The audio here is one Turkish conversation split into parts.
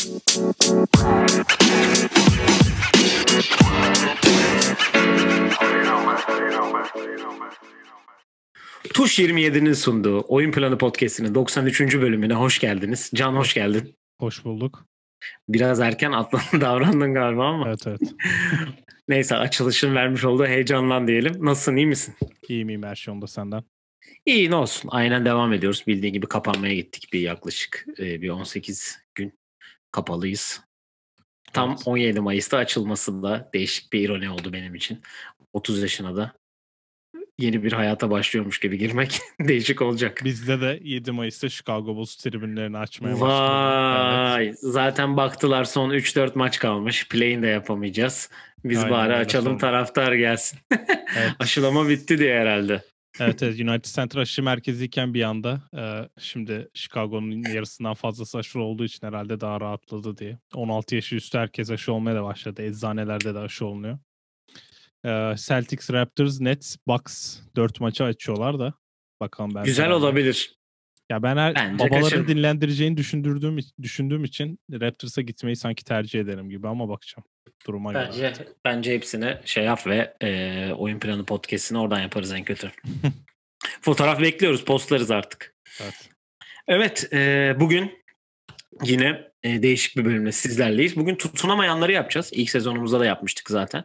Tuş 27'nin sunduğu Oyun Planı Podcast'inin 93. bölümüne hoş geldiniz. Can hoş geldin. Hoş bulduk. Biraz erken davrandın galiba ama. Evet. Neyse, açılışın vermiş olduğu heyecanlan diyelim. Nasılsın, iyi misin? İyiyim her şey onda senden. İyi, ne olsun. Aynen devam ediyoruz. Bildiğin gibi kapanmaya gittik yaklaşık bir 18 gün kapalıyız. Tam Evet. 17 Mayıs'ta açılması da değişik bir ironi oldu benim için. 30 yaşına da yeni bir hayata başlıyormuş gibi girmek değişik olacak. Bizde de 7 Mayıs'ta Chicago Bulls tribünlerini açmaya Vay, Evet. zaten baktılar son 3-4 maç kalmış. Play-in de yapamayacağız. Biz Aynen bari öyle açalım, sonra. taraftar gelsin. Evet. Aşılama bitti diye herhalde. Evet, United Center aşı merkeziyken bir anda şimdi Chicago'nun yarısından fazlası aşı olduğu için herhalde daha rahatladı diye. 16 yaşı üstü herkes aşı olmaya da başladı. Eczanelerde de aşı olunuyor. Celtics, Raptors, Nets, Bucks 4 maçı açıyorlar da. Bakalım ben Güzel herhalde. olabilir. Ya ben Bence babaların kaçırma. dinlendireceğini düşündüğüm için Raptors'a gitmeyi sanki tercih ederim gibi ama bakacağım. Duruma göre. Bence hepsine şey yap ve Oyun Planı Podcast'ini oradan yaparız en kötü. Fotoğraf bekliyoruz, postlarız artık. Evet. Evet, bugün yine değişik bir bölümle sizlerleyiz. Bugün tutunamayanları yapacağız. İlk sezonumuzda da yapmıştık zaten.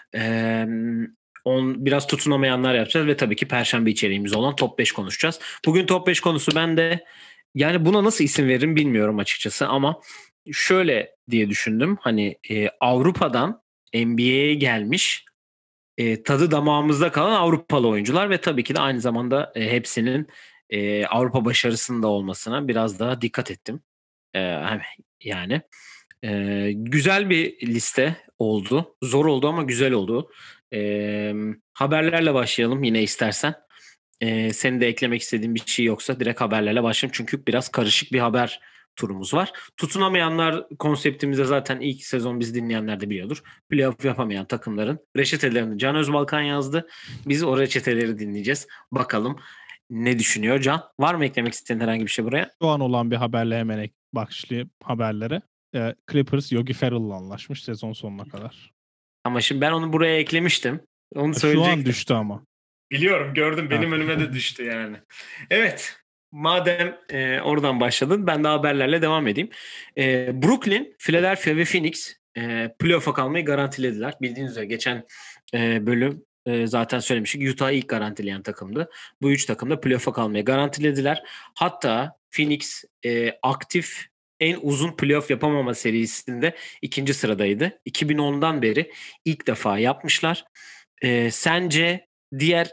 Biraz tutunamayanlar yapacağız ve tabii ki Perşembe içeriğimiz olan Top 5 konuşacağız. Bugün Top 5 konusu bende. Yani buna nasıl isim veririm bilmiyorum açıkçası ama şöyle diye düşündüm. Hani Avrupa'dan NBA'ye gelmiş, tadı damağımızda kalan Avrupalı oyuncular ve tabii ki de aynı zamanda hepsinin Avrupa başarısında olmasına biraz daha dikkat ettim. Yani güzel bir liste oldu. Zor oldu ama güzel oldu. Haberlerle başlayalım yine istersen. Senin de eklemek istediğin bir şey yoksa direkt haberlerle başlayalım. Çünkü biraz karışık bir haber turumuz var. Tutunamayanlar konseptimize zaten ilk sezon biz dinleyenler de biliyordur. Playoff yapamayan takımların reçetelerini Can Özbalkan yazdı. Biz o reçeteleri dinleyeceğiz. Bakalım ne düşünüyor Can? Var mı eklemek istediğin herhangi bir şey buraya? Şu an olan bir haberle hemen başlayayım haberlere. Clippers Yogi Ferrell'la anlaşmış sezon sonuna kadar. Ama şimdi ben onu buraya eklemiştim. Onu Şu söyleyecektim. an düştü ama. Biliyorum, gördüm, benim önüme de düştü yani. Evet, madem oradan başladın ben de haberlerle devam edeyim. Brooklyn, Philadelphia ve Phoenix playoff'a kalmayı garantilediler. Bildiğiniz üzere geçen bölüm zaten söylemiştik. Utah'ı ilk garantileyen takımdı. Bu üç takım da playoff'a kalmayı garantilediler. Hatta Phoenix aktif en uzun playoff yapamama serisinde ikinci sıradaydı. 2010'dan beri ilk defa yapmışlar. Sence diğer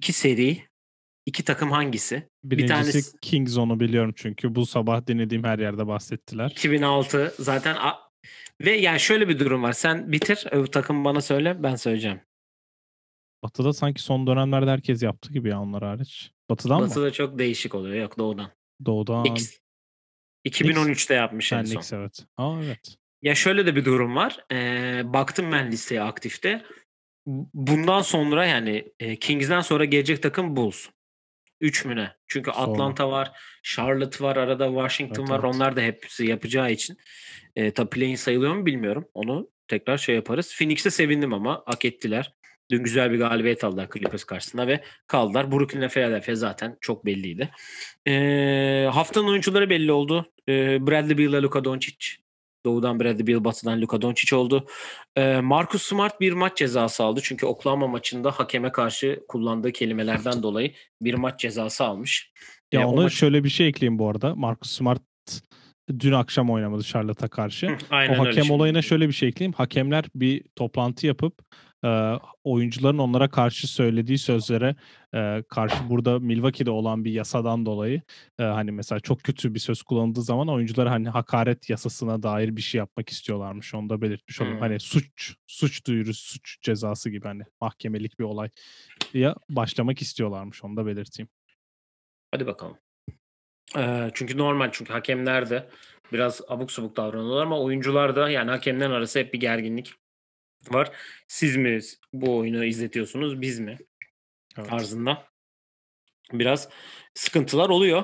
iki takım hangisi? Bir Birincisi tanesi Kings, onu biliyorum çünkü bu sabah dinlediğim her yerde bahsettiler. 2006 zaten ve yani şöyle bir durum var. Sen bitir, öbür takım bana söyle, ben söyleyeceğim. Batı'da sanki son dönemlerde herkes yaptı gibi ya, onlar hariç. Batı'dan mı? Batı'da çok değişik oluyor. Yok, doğudan. Doğudan. Knicks. Knicks. 2013'te yapmış en son. Knicks, evet. Evet. Ya şöyle de bir durum var. Baktım ben listeye aktifte. Bundan sonra yani Kings'den sonra gelecek takım Bulls. 3 mü ne? Çünkü Sorma. Atlanta var, Charlotte var, arada Washington Evet, var. evet. Onlar da hepsi yapacağı için. Tabii play-in sayılıyor mu bilmiyorum. Onu tekrar şey yaparız. Phoenix'e sevindim ama hak ettiler. Dün güzel bir galibiyet aldılar Clippers karşısında ve kaldılar. Brooklyn ve Philadelphia zaten çok belliydi. Haftanın oyuncuları belli oldu. Bradley Beal ile Luka Doncic. Doğudan Bradley Beal, batıdan Luka Doncic oldu. Marcus Smart bir maç cezası aldı. Çünkü Oklahoma maçında hakeme karşı kullandığı kelimelerden dolayı bir maç cezası almış. Ya ona Maç... şöyle bir şey ekleyeyim bu arada. Marcus Smart dün akşam oynamadı Charlotte'a karşı. Aynen O öyle. hakem olayına şöyle bir şey ekleyeyim. Hakemler bir toplantı yapıp oyuncuların onlara karşı söylediği sözlere karşı, burada Milwaukee'de olan bir yasadan dolayı hani mesela çok kötü bir söz kullanıldığı zaman oyunculara hani hakaret yasasına dair bir şey yapmak istiyorlarmış. Onu da belirtmiş olayım. Hani suç duyurusu, suç cezası gibi, hani mahkemelik bir olay ya başlamak istiyorlarmış. Onu da belirteyim. Hadi bakalım. Çünkü normal, çünkü hakemler de biraz abuk subuk davranıyorlar ama oyuncular da, yani hakemlerin arası hep bir gerginlik var. Siz mi bu oyunu izletiyorsunuz, biz mi? Evet. Tarzında biraz sıkıntılar oluyor.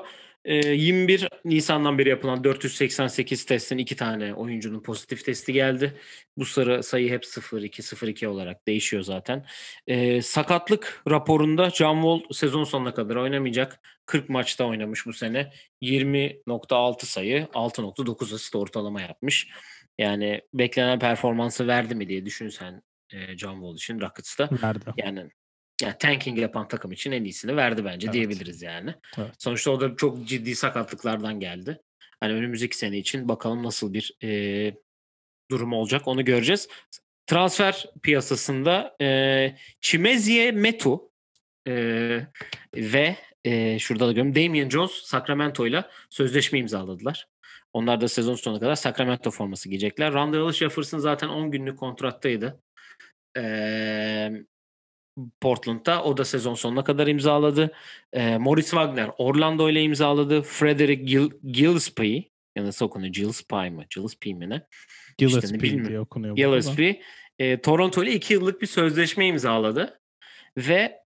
21 Nisan'dan beri yapılan 488 testin 2 tane oyuncunun pozitif testi geldi. Bu sayı hep 0-2, 0-2 olarak değişiyor zaten. Sakatlık raporunda John Wall sezon sonuna kadar oynamayacak. 40 maçta oynamış bu sene. 20.6 sayı, 6.9 asist ortalama yapmış. Yani beklenen performansı verdi mi diye düşünsen John Wall için Rockets'ta. Verdi. Yani tanking yapan takım için en iyisini verdi bence diyebiliriz yani. Evet. Sonuçta o da çok ciddi sakatlıklardan geldi. Hani önümüzdeki sene için bakalım nasıl bir durum olacak onu göreceğiz. Transfer piyasasında Chimezie Metu ve şurada da görüyorum Damian Jones Sacramento ile sözleşme imzaladılar. Onlar da sezon sonuna kadar Sacramento forması giyecekler. Randall Jefferson zaten 10 günlük kontrattaydı. Portland'da. O da sezon sonuna kadar imzaladı. Moritz Wagner Orlando ile imzaladı. Frederick Gillespie ya nasıl okunuyor? Gillespie mi? Gillespie mi ne? Gillespie diye okunuyor. Gillespie. Toronto ile 2 yıllık bir sözleşme imzaladı. Ve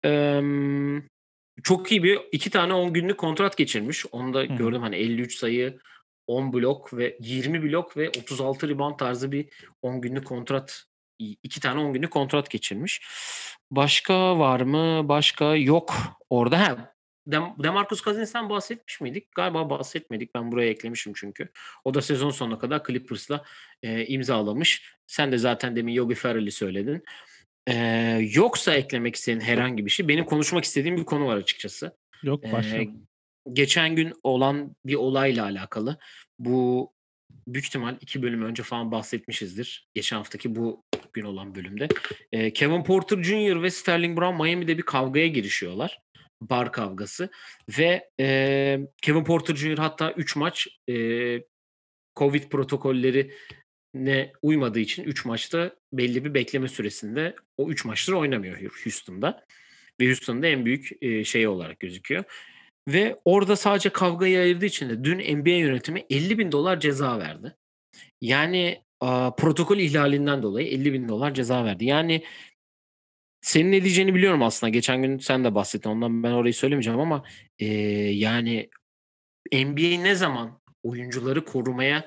çok iyi bir 2 tane 10 günlük kontrat geçirmiş. Onu da gördüm hani 53 sayı 10 blok ve 20 blok ve 36 rebound tarzı bir 10 günlük kontrat 2 tane 10 günlük kontrat geçirmiş. Başka var mı? Başka yok orada. DeMarcus Cousins'ten bahsetmiş miydik? Galiba bahsetmedik. Ben buraya eklemişim çünkü. O da sezon sonuna kadar Clippers'la imzalamış. Sen de zaten demin Yogi Ferrell'i söyledin. Yoksa eklemek istediğin herhangi bir şey. Benim konuşmak istediğim bir konu var açıkçası. Yok başka. Geçen gün olan bir olayla alakalı. Bu büyük ihtimal 2 bölüm önce falan bahsetmişizdir. Geçen haftaki bu gün olan bölümde. Kevin Porter Jr. ve Sterling Brown Miami'de bir kavgaya girişiyorlar. Bar kavgası. Ve Kevin Porter Jr. hatta 3 maç Covid protokolleri ne uymadığı için 3 maçta belli bir bekleme süresinde o 3 maçtır oynamıyor Houston'da. Ve Houston'da en büyük şey olarak gözüküyor. Ve orada sadece kavgayı ayırdığı için de dün NBA yönetimi $50,000 ceza verdi. Yani protokol ihlalinden dolayı $50,000 ceza verdi. Yani senin ne diyeceğini biliyorum aslında. Geçen gün sen de bahsettin. Ondan ben orayı söylemeyeceğim ama yani NBA ne zaman oyuncuları korumaya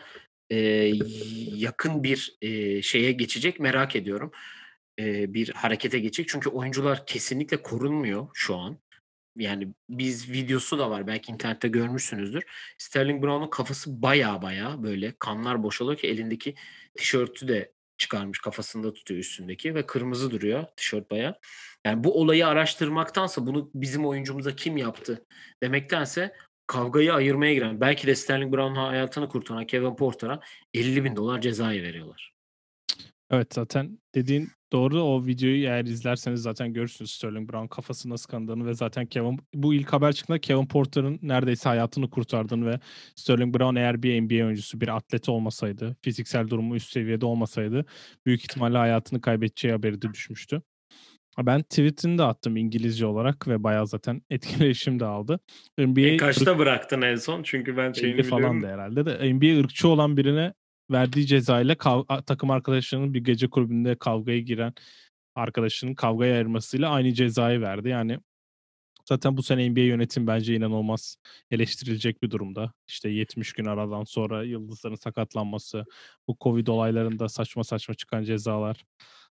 yakın bir şeye geçecek merak ediyorum. Bir harekete geçecek. Çünkü oyuncular kesinlikle korunmuyor şu an. Yani videosu da var. Belki internette görmüşsünüzdür. Sterling Brown'un kafası baya böyle kanlar boşalıyor ki elindeki tişörtü de çıkarmış kafasında tutuyor üstündeki ve kırmızı duruyor tişört baya. Yani bu olayı araştırmaktansa bunu bizim oyuncumuza kim yaptı demektense kavgayı ayırmaya giren belki de Sterling Brown'un hayatını kurtaran Kevin Porter'a $50,000 cezayı veriyorlar. Evet zaten dediğin doğru. O videoyu eğer izlerseniz zaten görürsünüz Sterling Brown kafası nasıl kanadığını ve zaten bu ilk haber çıktığında Kevin Porter'ın neredeyse hayatını kurtardığını ve Sterling Brown eğer bir NBA oyuncusu, bir atlet olmasaydı, fiziksel durumu üst seviyede olmasaydı büyük ihtimalle hayatını kaybedeceği haberi de düşmüştü. Ben tweetini de attım İngilizce olarak ve bayağı zaten etkileşim de aldı. NBA Kaçta bıraktın en son? Çünkü ben şeyini 50 falan biliyorum. da herhalde de NBA ırkçı olan birine verdiği cezayla takım arkadaşlarının bir gece kulübünde kavgaya giren arkadaşının kavgaya ayırmasıyla aynı cezayı verdi. Yani zaten bu sene NBA yönetim bence inanılmaz eleştirilecek bir durumda. İşte 70 gün aradan sonra yıldızların sakatlanması, bu Covid olaylarında saçma saçma çıkan cezalar.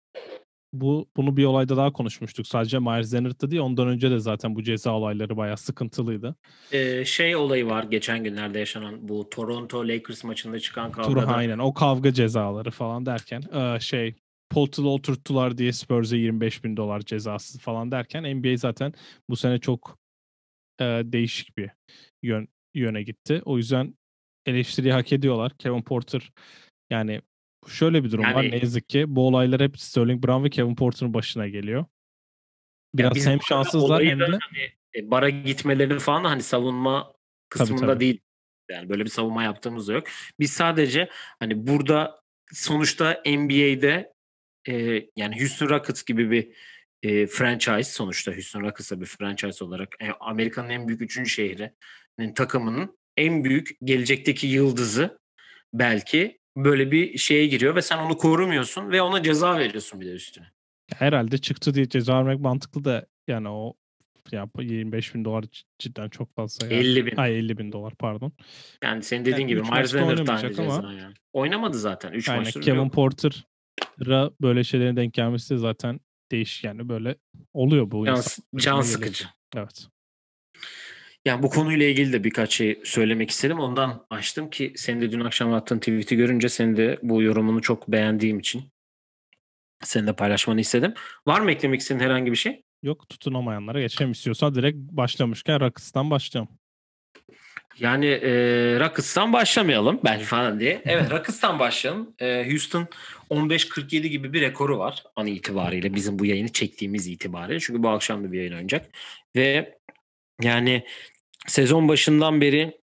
Bunu bir olayda daha konuşmuştuk. Sadece Myers Leonard'da değil, ondan önce de zaten bu ceza olayları bayağı sıkıntılıydı. Şey olayı var geçen günlerde yaşanan bu Toronto Lakers maçında çıkan kavgada. Aynen o kavga cezaları falan derken Polt'u oturttular diye Spurs'e $25,000 cezası falan derken NBA zaten bu sene çok değişik bir yöne gitti. O yüzden eleştiriyi hak ediyorlar. Kevin Porter yani şöyle bir durum var. Ne yazık ki bu olaylar hep Sterling Brown ve Kevin Porter'ın başına geliyor. Biraz biz hem şanssızlar hem de bara gitmeleri falan da hani savunma kısmında tabii. değil. Yani böyle bir savunma yaptığımız da yok. Biz sadece hani burada sonuçta NBA'de yani Houston Rockets gibi bir franchise sonuçta Houston Rockets'a bir franchise olarak Amerika'nın en büyük 3. şehrinin takımının en büyük gelecekteki yıldızı belki böyle bir şeye giriyor ve sen onu korumuyorsun ve ona ceza veriyorsun bir de üstüne. herhalde çıktı diye ceza vermek mantıklı da yani o Ya $25.000 cidden çok fazla yani. 50 bin. Ay $50.000 pardon. Yani senin Yani dediğin gibi 3 Myers maçta Leonard da aynı oynamayacak ama ceza yani. Oynamadı zaten. 3 aynen maçtır Kevin yok. Porter'a böyle şeylerin denk gelmesi de zaten yani böyle oluyor bu insan Can başına geliyor. sıkıcı. Evet. Yani bu konuyla ilgili de birkaç şey söylemek istedim. Ondan açtım ki senin de dün akşam attığın tweet'i görünce senin de bu yorumunu çok beğendiğim için senin de paylaşmanı istedim. Var mı eklemek istediğin herhangi bir şey? Yok, tutunamayanlara geçelim istiyorsan direkt başlamışken Rockets'tan başlayalım. Yani Rockets'tan başlamayalım ben falan diye. Evet, Rockets'tan başlayalım. Houston 15-47 gibi bir rekoru var an itibariyle, bizim bu yayını çektiğimiz itibariyle. Çünkü bu akşam da bir yayın oynayacak. Ve yani sezon başından beri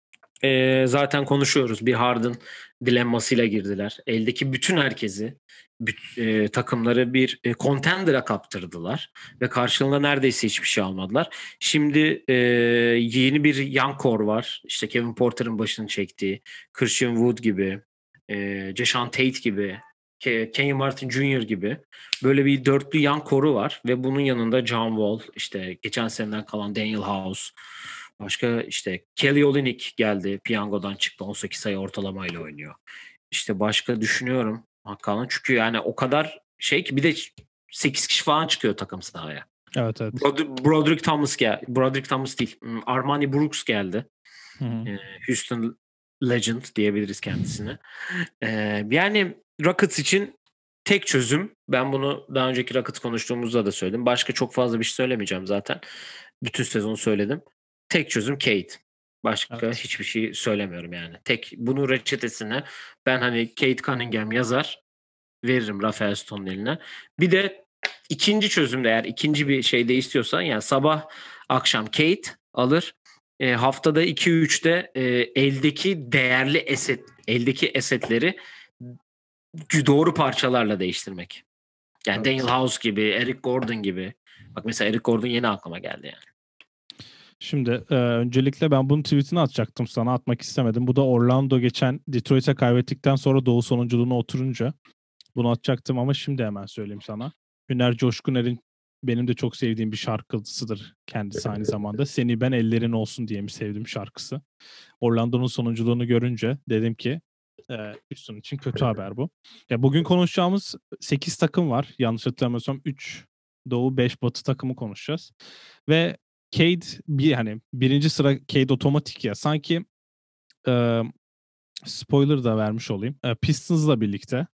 zaten konuşuyoruz. Bir Harden dilemmasıyla girdiler. Eldeki bütün herkesi, takımları bir contender'a kaptırdılar ve karşılığında neredeyse hiçbir şey almadılar. Şimdi yeni bir young core var. İşte Kevin Porter'ın başını çektiği, Christian Wood gibi, Jason Tate gibi, Kenyon Martin Jr. gibi böyle bir dörtlü young core'u var ve bunun yanında John Wall, işte geçen seneden kalan Daniel House, başka işte Kelly Olynyk geldi. Piyangodan çıktı. 18 sayı ortalamayla oynuyor. İşte başka düşünüyorum Hakan'ın. Çünkü yani o kadar şey ki, bir de 8 kişi falan çıkıyor takım sahaya. Evet. Broderick Thomas değil. Armani Brooks geldi. Hı-hı. Houston Legend diyebiliriz kendisine. Yani Rockets için tek çözüm, ben bunu daha önceki Rockets konuştuğumuzda da söyledim. Başka çok fazla bir şey söylemeyeceğim zaten. Bütün sezonu söyledim. Tek çözüm Cade. Başka Evet. hiçbir şey söylemiyorum yani. Tek bunun reçetesine ben hani Cade Cunningham yazar, veririm Rafael Stone'un eline. Bir de ikinci çözümde, eğer ikinci bir şey de istiyorsan, yani sabah akşam Cade alır. Haftada 2-3'te eldeki esetleri doğru parçalarla değiştirmek. Yani Evet. Daniel House gibi, Eric Gordon gibi. Bak mesela Eric Gordon yeni aklıma geldi yani. Şimdi öncelikle ben bunun tweetini atacaktım sana. Atmak istemedim. Bu da Orlando geçen Detroit'e kaybettikten sonra Doğu sonunculuğuna oturunca bunu atacaktım ama şimdi hemen söyleyeyim sana. Hüner Coşkuner'in benim de çok sevdiğim bir şarkısıdır kendisi aynı zamanda. Seni ben ellerin olsun diye mi sevdiğim şarkısı. Orlando'nun sonunculuğunu görünce dedim ki Houston için kötü haber bu. Ya bugün konuşacağımız 8 takım var. Yanlış hatırlamıyorsam 3 Doğu 5 Batı takımı konuşacağız. Ve Cade hani birinci sıra Cade otomatik ya. Sanki e, spoiler da vermiş olayım. Pistons'la birlikte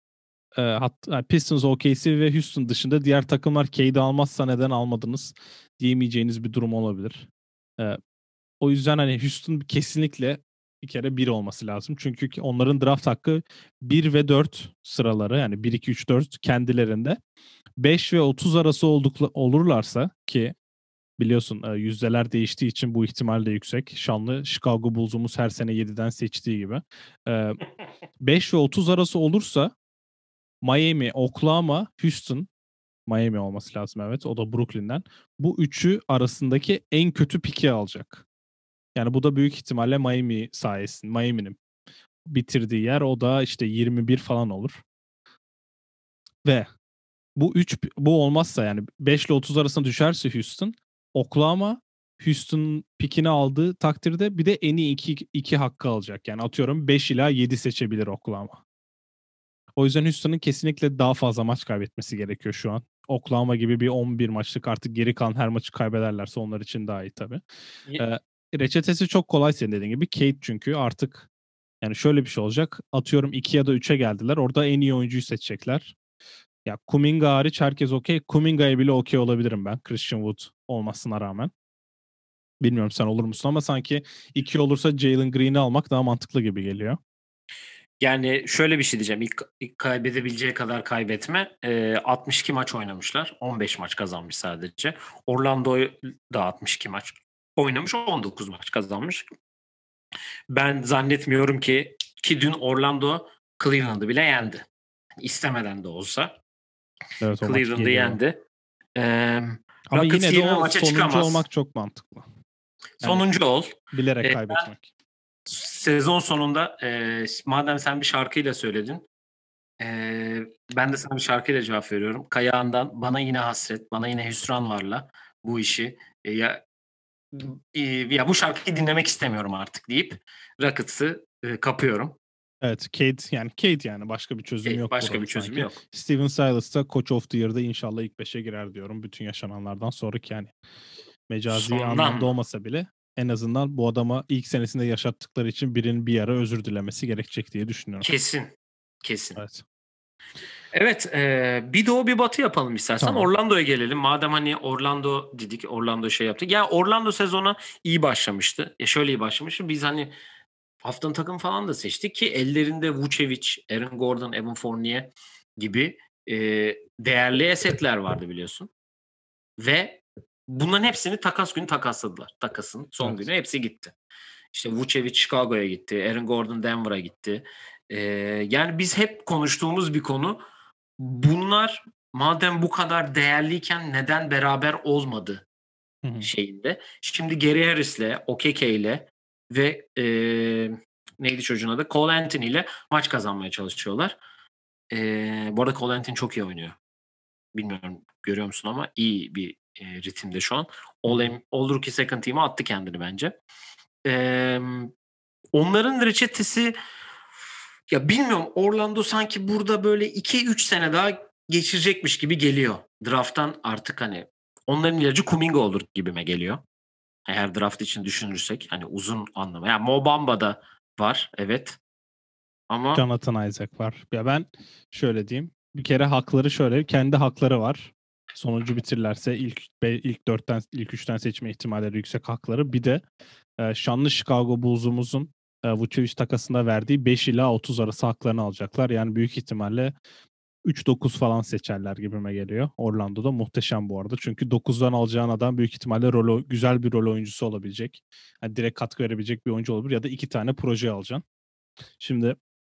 hatta Pistons, OKC ve Houston dışında diğer takımlar Cade'i almazsa neden almadınız diyemeyeceğiniz bir durum olabilir. E, O yüzden hani Houston kesinlikle bir kere 1 olması lazım. Çünkü onların draft hakkı 1 ve 4 sıraları, yani 1, 2, 3, 4 kendilerinde. 5 ve 30 arası olurlarsa ki biliyorsun yüzdeler değiştiği için bu ihtimal de yüksek. Şanlı Chicago Bulls'umuz her sene 7'den seçtiği gibi. E, 5 ve 30 arası olursa Miami, Oklahoma, Houston, Miami olması lazım, evet. O da Brooklyn'den. Bu üçü arasındaki en kötü piki alacak. Yani bu da büyük ihtimalle Miami sayesinde. Miami'nin bitirdiği yer, o da işte 21 falan olur. Ve bu olmazsa, yani 5 ile 30 arasında düşerse Houston, Oklahoma Houston pikini aldığı takdirde bir de en iyi iki hakkı alacak. Yani atıyorum 5 ila 7 seçebilir Oklahoma. O yüzden Houston'ın kesinlikle daha fazla maç kaybetmesi gerekiyor şu an. Oklahoma gibi bir 11 maçlık, artık geri kalan her maçı kaybederlerse onlar için daha iyi tabii. Ee, Reçetesi çok kolay senin dediğin gibi. Cade çünkü artık, yani şöyle bir şey olacak. Atıyorum 2 ya da 3'e geldiler. Orada en iyi oyuncuyu seçecekler. Ya Kuminga hariç herkes okey. Kuminga'ya bile okey olabilirim ben. Christian Wood olmasına rağmen. Bilmiyorum sen olur musun ama sanki 2 olursa Jalen Green'i almak daha mantıklı gibi geliyor. Yani şöyle bir şey diyeceğim. İlk kaybedebileceği kadar kaybetme. 62 maç oynamışlar. 15 maç kazanmış sadece. Orlando da 62 maç oynamış. 19 maç kazanmış. Ben zannetmiyorum ki dün Orlando Cleveland'ı bile yendi. İstemeden de olsa Evet, o maç Cleveland'ı geliyor. yendi. Ee, Ama Rockets yine de 20 o maça sonuncu çıkamaz. olmak çok mantıklı. Yani Sonuncu ol. bilerek Ee, kaybetmek. Sezon sonunda madem sen bir şarkıyla söyledin, ben de sana bir şarkıyla cevap veriyorum. Kayağından Bana Yine Hasret, Bana Yine Hüsran Varla bu işi. Ya bu şarkıyı dinlemek istemiyorum artık deyip Rockets'ı kapıyorum. Evet, Cade yani başka bir çözüm yok Başka burada bir çözüm sanki. yok. Steven Silas da Coach of the Year'da inşallah ilk 5'e girer diyorum. Bütün yaşananlardan sonraki yani. Mecazi Sondan anlamda mı? olmasa bile en azından bu adama ilk senesinde yaşattıkları için birinin bir ara özür dilemesi gerekecek diye düşünüyorum. Kesin. Kesin. Evet. Evet, bir doğu bir batı yapalım istersen. Tamam. Orlando'ya gelelim. Madem hani Orlando dedik, Orlando şey yaptık. Ya Orlando sezona iyi başlamıştı. Ya şöyle iyi başlamıştı. Biz hani haftanın takım falan da seçtik ki ellerinde Vucevic, Aaron Gordon, Evan Fournier gibi değerli esetler vardı biliyorsun. Ve bunların hepsini takas günü takasladılar. Takasın son Evet. günü hepsi gitti. İşte Vucevic Chicago'ya gitti. Aaron Gordon Denver'a gitti. Yani biz hep konuştuğumuz bir konu. Bunlar madem bu kadar değerliyken neden beraber olmadı Hı hı. şeyinde. Şimdi Gary Harris'le, Okeke'yle ve neydi çocuğun adı? Cole Anthony'yle maç kazanmaya çalışıyorlar. Bu arada Cole Anthony çok iyi oynuyor. Bilmiyorum görüyor musun ama iyi bir ritimde şu an. Hı hı. All Rookie Second Team'e attı kendini bence. Onların reçetesi ya bilmiyorum Orlando sanki burada böyle 2-3 sene daha geçirecekmiş gibi geliyor. Draft'tan artık hani onların ilacı Kuminga olur gibime geliyor. Eğer draft için düşünürsek hani uzun anlamı. Yani Mo Bamba da var evet ama Jonathan Isaac var. Ya ben şöyle diyeyim. Bir kere hakları şöyle. Kendi hakları var. Sonuncu bitirirlerse ilk 4'ten ilk 3'ten seçme ihtimalleri yüksek hakları. Bir de şanlı Chicago Bulls'umuzun Vucevic takasında verdiği 5 ila 30 arası haklarını alacaklar. Yani büyük ihtimalle 3-9 falan seçerler gibime geliyor. Orlando'da muhteşem bu arada. Çünkü 9'dan alacağın adam büyük ihtimalle güzel bir rol oyuncusu olabilecek. Yani direkt katkı verebilecek bir oyuncu olabilir ya da 2 tane proje alacaksın. Şimdi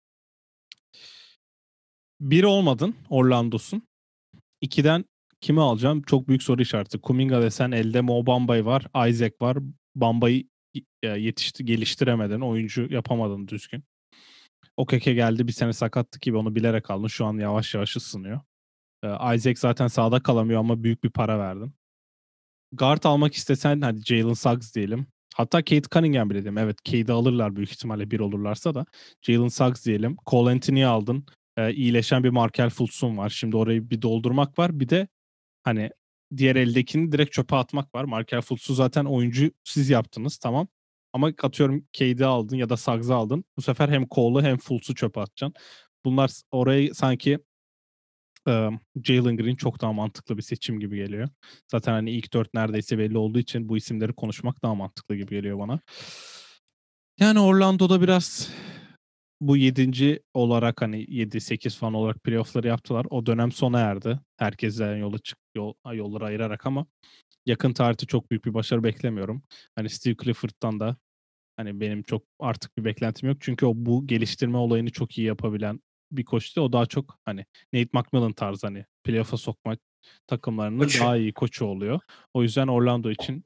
bir olmadın, Orlando'sun. 2'den kimi alacağım? Çok büyük soru işareti. Kuminga desen elde Mo Bamba'yı var, Isaac var. Bamba'yı geliştiremedin, oyuncu yapamadın düzgün. Okeke geldi bir sene sakatlık gibi onu bilerek aldın. Şu an yavaş yavaş ısınıyor. Isaac zaten sahada kalamıyor ama büyük bir para verdin. Guard almak istesen hadi Jalen Suggs diyelim. Hatta Cade Cunningham bile diyelim. Evet Cade'i alırlar büyük ihtimalle bir olurlarsa da. Jalen Suggs diyelim. Cole Anthony'yi aldın. İyileşen bir Markel Fultz'un var. Şimdi orayı bir doldurmak var. Bir de hani diğer eldekini direkt çöpe atmak var. Markel Fultz'u zaten oyuncu siz yaptınız tamam. Ama atıyorum Cade'i aldın ya da Suggs'ı aldın. Bu sefer hem Cole'u hem Fultz'u çöpe atacaksın. Bunlar orayı sanki Jalen Green çok daha mantıklı bir seçim gibi geliyor. Zaten hani ilk 4 neredeyse belli olduğu için bu isimleri konuşmak daha mantıklı gibi geliyor bana. Yani Orlando'da biraz bu 7. olarak hani 7-8 falan olarak playoff'ları yaptılar. O dönem sona erdi. Herkesten yolları ayırarak ama yakın tarihte çok büyük bir başarı beklemiyorum. Hani Steve Clifford'dan da hani benim çok artık bir beklentim yok. Çünkü o bu geliştirme olayını çok iyi yapabilen bir koçtu. O daha çok hani Nate McMillan tarzı hani playoff'a sokma takımlarının koçu. daha iyi koçu oluyor. O yüzden Orlando için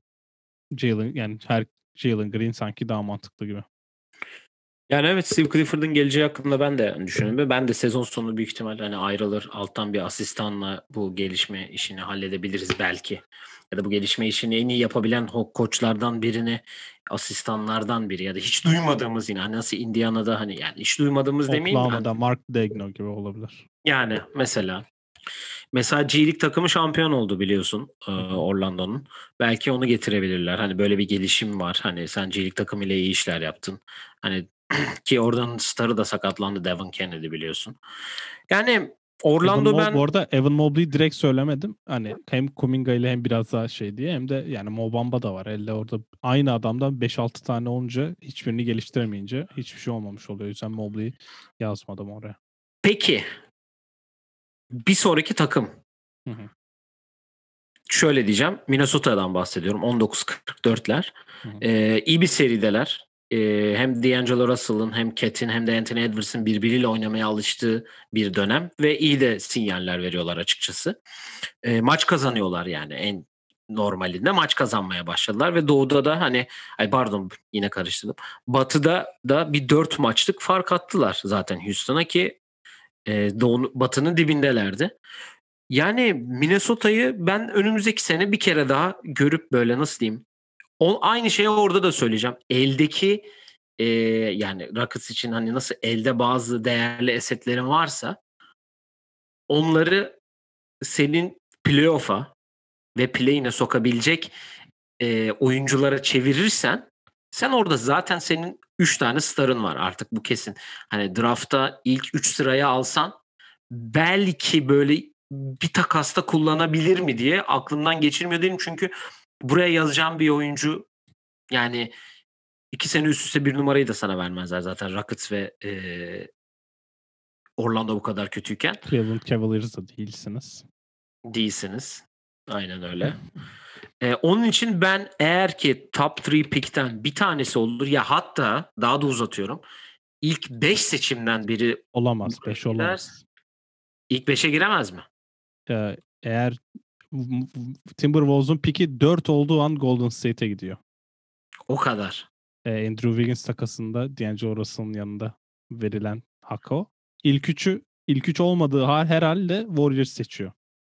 Jalen Green sanki daha mantıklı gibi. Yani evet Steve Clifford'ın geleceği hakkında ben de düşünüyorum. Ben de sezon sonu büyük ihtimalle hani ayrılır alttan bir asistanla bu gelişme işini halledebiliriz belki. Ya da bu gelişme işini en iyi yapabilen koçlardan birini asistanlardan biri ya da hiç duymadığımız yine hani nasıl Indiana'da hani yani hiç duymadığımız demeyeyim de hani Oklahoma'da Mark Daigneault gibi olabilir. yani mesela G League takımı şampiyon oldu biliyorsun Hı hı. Orlando'nun. Belki onu getirebilirler. Hani böyle bir gelişim var. Hani sen G League takımıyla iyi işler yaptın. Hani ki oradan starı da sakatlandı Devin Kennedy biliyorsun. Yani Orlando Bu ben arada Evan Mobley'i direkt söylemedim. Hani hem Kuminga ile hem biraz daha şey diye hem de yani Mo Bamba da var. Elde orada aynı adamdan 5-6 tane olunca hiçbirini geliştiremeyince hiçbir şey olmamış oluyor. O yüzden Mobley'i yazmadım oraya. peki bir sonraki takım Hı hı, şöyle diyeceğim. Minnesota'dan bahsediyorum. 19-44'ler. hı hı. İyi bir serideler. Hem D'Angelo Russell'ın hem Cat'in hem de Anthony Edwards'ın birbiriyle oynamaya alıştığı bir dönem ve iyi de sinyaller veriyorlar açıkçası. Maç kazanıyorlar yani en normalinde maç kazanmaya başladılar ve Doğu'da da hani ay pardon yine karıştırdım. Batı'da da bir 4 maçlık fark attılar zaten Houston'a ki Batı'nın dibindelerdi. Yani Minnesota'yı ben önümüzdeki sene bir kere daha görüp böyle nasıl diyeyim? Aynı şeyi orada da söyleyeceğim. Eldeki yani Rockets için hani nasıl elde bazı değerli esetlerin varsa onları senin playoff'a ve play'ine sokabilecek oyunculara çevirirsen sen orada zaten senin 3 tane starın var artık bu kesin. Hani draftta ilk 3 sıraya alsan belki böyle bir takasta kullanabilir mi diye aklımdan geçirmiyor değilim. Çünkü buraya yazacağım bir oyuncu yani 2 sene üst üste bir numarayı da sana vermezler zaten Rockets ve Orlando bu kadar kötüyken. Cleveland Cavaliers da değilsiniz. Değilsiniz. Aynen öyle. Onun için ben eğer ki top 3 pick'ten bir tanesi olur ya hatta daha da uzatıyorum. İlk 5 seçimden biri Olamaz. buraya 5 gider. olamaz. İlk 5'e giremez mi? Eğer Timberwolves'un piki 4 olduğu an Golden State'e gidiyor. O kadar. Andrew Wiggins takasında D'Angelo Russell'ın yanında verilen hak o. İlk 3 olmadığı herhalde Warriors seçiyor.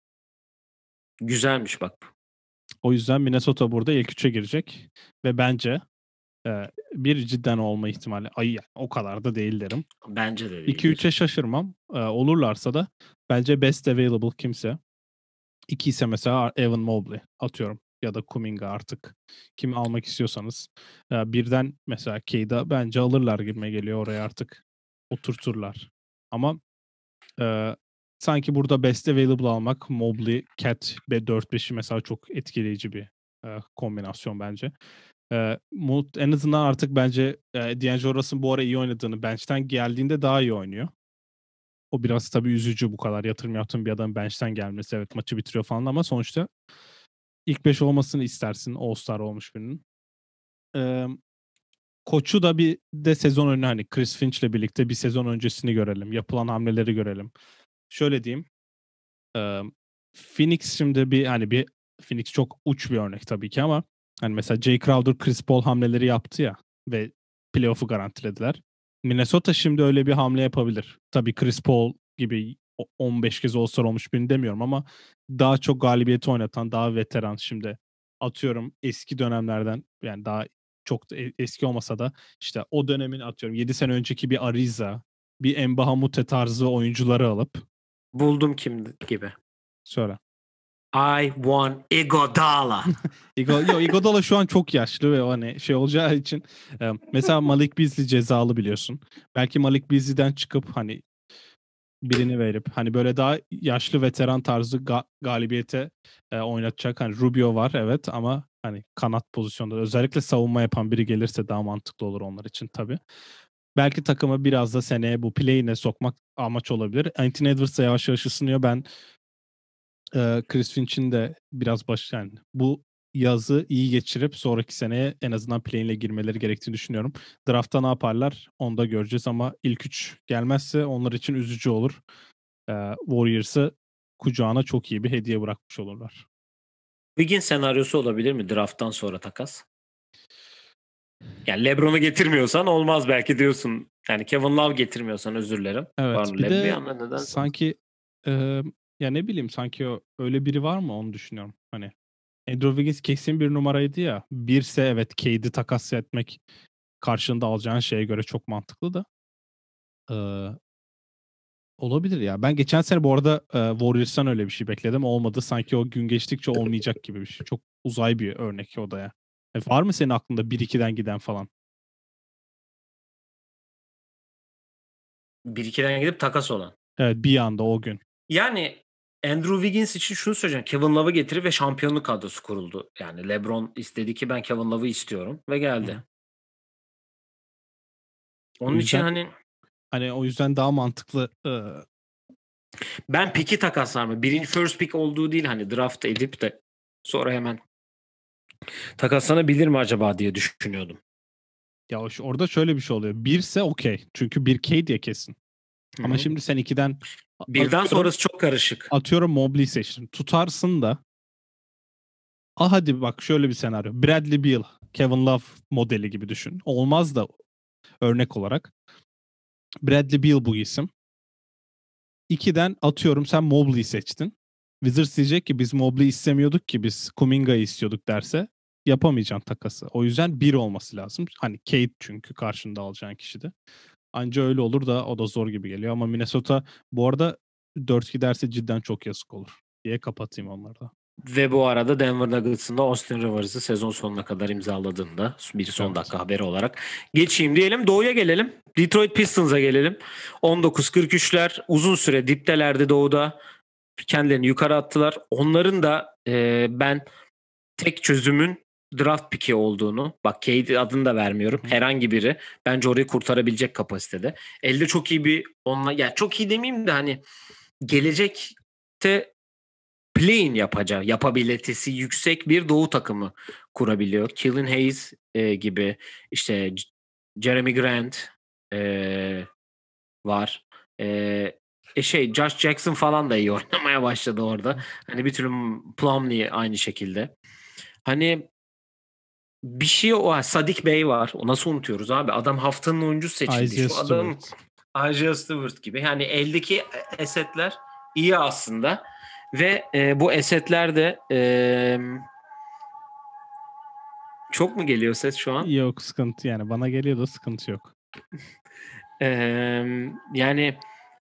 Güzelmiş bak. O yüzden Minnesota burada ilk 3'e girecek ve bence bir cidden olma ihtimali o kadar da değil derim. Bence de 2-3'e değildir. şaşırmam. Olurlarsa da bence best available kimse. 2 ise mesela Evan Mobley atıyorum ya da Kuminga artık. Kim almak istiyorsanız. Birden mesela K'da bence alırlar gibime geliyor oraya artık. Oturturlar. Ama sanki burada best available almak Mobley, Cat ve 4-5'i mesela çok etkileyici bir kombinasyon bence. En azından artık bence D'Angelo Russell'ın bu ara iyi oynadığını, bench'ten geldiğinde daha iyi oynuyor. O biraz tabii üzücü bu kadar yatırım yaptığın bir adamın bench'ten gelmesi. Evet maçı bitiriyor falan ama sonuçta ilk 5 olmasını istersin All-Star olmuş birinin. Ee, Koçu da bir de sezon önü hani Chris Finch'le birlikte bir sezon öncesini görelim. Yapılan hamleleri görelim. Şöyle diyeyim. Ee, Phoenix şimdi bir Phoenix çok uç bir örnek tabii ki ama hani mesela Jay Crowder Chris Paul hamleleri yaptı ya ve playoff'u garantilediler. Minnesota şimdi öyle bir hamle yapabilir. Tabii Chris Paul gibi 15 kez All-Star olmuş birini demiyorum ama daha çok galibiyeti oynatan, daha veteran şimdi atıyorum eski dönemlerden yani daha çok da eski olmasa da işte o dönemin atıyorum 7 sene önceki bir Ariza, bir Embiid Hamute tarzı oyuncuları alıp Buldum kim gibi. söyle. I want Iguodala. Iguodala şu an çok yaşlı ve hani şey olacağı için mesela Malik Beasley cezalı biliyorsun. Belki Malik Beasley'den çıkıp hani birini verip hani böyle daha yaşlı veteran tarzı galibiyete oynatacak. Hani Rubio var evet ama hani kanat pozisyonda özellikle savunma yapan biri gelirse daha mantıklı olur onlar için tabii. Belki takımı biraz da seneye bu play'ine sokmak amaç olabilir. Anthony Edwards da yavaş yavaş ısınıyor. Ben Chris Finch'in de biraz yani bu yazı iyi geçirip sonraki seneye en azından play-in'le girmeleri gerektiğini düşünüyorum. Draft'ta ne yaparlar onu da göreceğiz ama ilk 3 gelmezse onlar için üzücü olur. Warriors'ı kucağına çok iyi bir hediye bırakmış olurlar. Wiggins senaryosu olabilir mi draft'tan sonra takas? Yani LeBron'u getirmiyorsan olmaz belki diyorsun. Yani Kevin Love getirmiyorsan özür dilerim. Evet Pardon bir bir de anda neden? sanki e, ya ne bileyim sanki öyle biri var mı onu düşünüyorum. Hani Andrew Wiggins kesin bir numaraydı ya. Birse evet Cade'i takas etmek karşılığında alacağın şeye göre çok mantıklı da. Ee, Olabilir ya. Ben geçen sene bu arada Warriors'tan öyle bir şey bekledim. Olmadı. Sanki o gün geçtikçe olmayacak gibi bir şey. Çok uzay bir örnek o da ya. Var mı senin aklında 1-2'den giden falan? 1-2'den gidip takas olan. Evet bir anda o gün. Yani Andrew Wiggins için şunu söyleyeceğim. Kevin Love'ı getirip ve şampiyonluk kadrosu kuruldu. Yani LeBron istedi ki ben Kevin Love'ı istiyorum ve geldi. Hı. O Onun için yüzden hani hani o yüzden daha mantıklı ben pick'i takaslar mı? Birinci first pick olduğu değil hani draft edip de sonra hemen takaslanabilir mi acaba diye düşünüyordum. ya orada şöyle bir şey oluyor. Birse okey. Çünkü bir K diye kesin. Hı Ama hı. şimdi sen 2'den Birden sonrası çok karışık. atıyorum Mobley seçtin. Tutarsın da hadi bak şöyle bir senaryo. Bradley Beal, Kevin Love modeli gibi düşün. Olmaz da örnek olarak. Bradley Beal bu isim. 2'den atıyorum sen Mobley seçtin. Wizards diyecek ki biz Mobley istemiyorduk ki biz Kuminga'yı istiyorduk derse yapamayacaksın takası. O yüzden bir olması lazım. Hani Cade çünkü karşında alacağın kişi de. Anca öyle olur da o da zor gibi geliyor. Ama Minnesota bu arada 4 giderse cidden çok yazık olur diye kapatayım onları da. Ve bu arada Denver Nuggets'ın da Austin Rivers'ı sezon sonuna kadar imzaladığında bir son Evet. dakika haberi olarak geçeyim diyelim. Doğu'ya gelelim. Detroit Pistons'a gelelim. 19-43'ler uzun süre diptelerdi Doğu'da. Kendilerini yukarı attılar. Onların da ben tek çözümün draft pick'i olduğunu, bak Cade adını da vermiyorum. Herhangi biri bence orayı kurtarabilecek kapasitede. Elde çok iyi bir yani çok iyi demeyeyim de hani gelecekte play-in yapabilitesi yüksek bir Doğu takımı kurabiliyor. Killian Hayes gibi, işte Jeremy Grant var. Josh Jackson falan da iyi oynamaya başladı orada. Hani bir türlü Plumlee aynı şekilde. Hani bir şey o. Sadik Bey var. O nasıl unutuyoruz abi? Adam haftanın oyuncusu seçildi. Isaiah Şu adam Stewart. Isaiah Stewart gibi. Yani eldeki esetler iyi aslında. Ve bu esetler de çok mu geliyor ses şu an? Yok sıkıntı yani. Bana geliyor da sıkıntı yok. Yani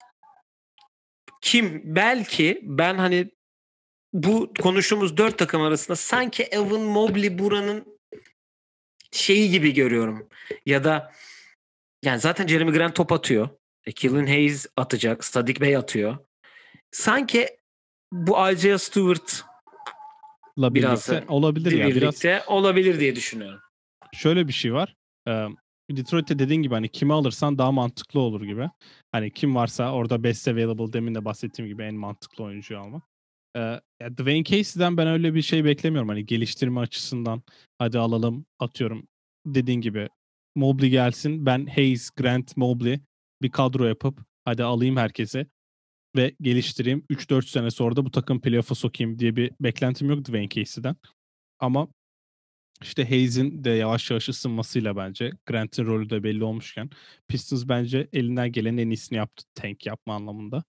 belki ben hani bu konuştuğumuz 4 takım arasında sanki Evan Mobley buranın şeyi gibi görüyorum. Ya da yani zaten Jeremy Grant top atıyor. Killian Hayes atacak. Sadik Bey atıyor. Sanki bu Isaiah Stewart La biraz birlikte olabilir ya. Biraz birlikte olabilir diye düşünüyorum. şöyle bir şey var. Detroit'te dediğin gibi hani kimi alırsan daha mantıklı olur gibi. Hani kim varsa orada best available, demin de bahsettiğim gibi en mantıklı oyuncuyu almak. Ya Dwayne Casey'den ben öyle bir şey beklemiyorum. Hani geliştirme açısından hadi alalım, atıyorum. Dediğin gibi Mobley gelsin. Ben Hayes, Grant, Mobley bir kadro yapıp hadi alayım herkese ve geliştireyim. 3-4 sene sonra da bu takım playoff'a sokayım diye bir beklentim yok Dwayne Casey'den. Ama işte Hayes'in de yavaş yavaş ısınmasıyla bence Grant'in rolü de belli olmuşken Pistons bence elinden gelen en iyisini yaptı tank yapma anlamında.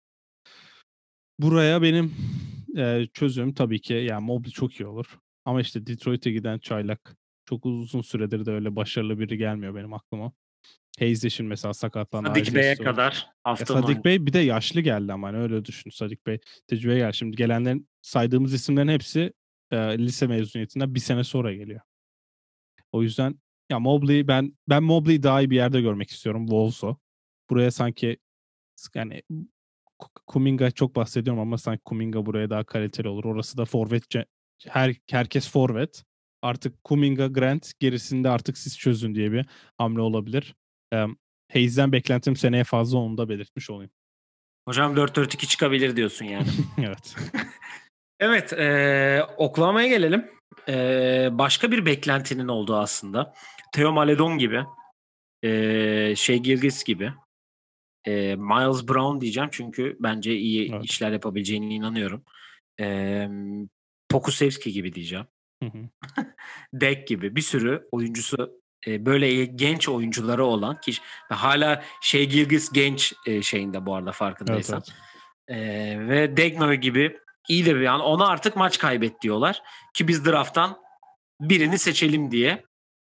Buraya benim çözümüm tabii ki yani Mobley çok iyi olur. Ama işte Detroit'e giden çaylak çok uzun süredir de öyle başarılı biri gelmiyor benim aklıma. Hayes de şimdi mesela sakatlandı. Sadik Isaiah Bey'e Stewart. kadar haftanın Sadik oyuncusu. Bey bir de yaşlı geldi ama hani öyle düşün. Sadik Bey tecrübeye geldi. Şimdi gelenlerin saydığımız isimlerin hepsi lise mezuniyetinden bir sene sonra geliyor. O yüzden ya Mobley ben Mobley'i daha iyi bir yerde görmek istiyorum. Wolves'u. Buraya sanki yani Kuminga çok bahsediyorum ama sanki Kuminga buraya daha kaliteli olur. Orası da forvetçe. Herkes forvet. Artık Kuminga, Grant gerisinde artık siz çözün diye bir hamle olabilir. Hayes'den beklentim seneye fazla, onu da belirtmiş olayım. Hocam 4-4-2 çıkabilir diyorsun yani. Evet. Evet, Oklahoma'ya gelelim. Başka bir beklentinin olduğu aslında. Theo Maledon gibi, Gilgeous gibi, Miles Brown diyeceğim çünkü bence iyi Evet. işler yapabileceğine inanıyorum. E, Pokusevski gibi diyeceğim. Hı hı. Dek gibi bir sürü oyuncusu, böyle genç oyuncuları olan ki hala Gilgeous genç şeyinde bu arada Evet, farkındaysan. evet. Ve Degnoy gibi iyi de bir an. Ona artık maç kaybet diyorlar. Ki biz draft'tan birini seçelim diye.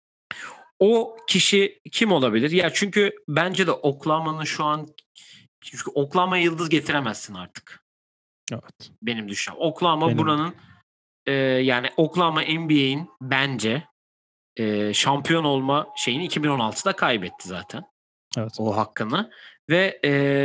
O kişi kim olabilir? Ya çünkü bence de Oklahoma'nın şu an, çünkü Oklahoma'ya yıldız getiremezsin artık. Evet. Benim düşüncem. Oklahoma Benim de. buranın yani Oklahoma NBA'in bence şampiyon olma şeyini 2016'da kaybetti zaten. Evet. O hakkını. Ve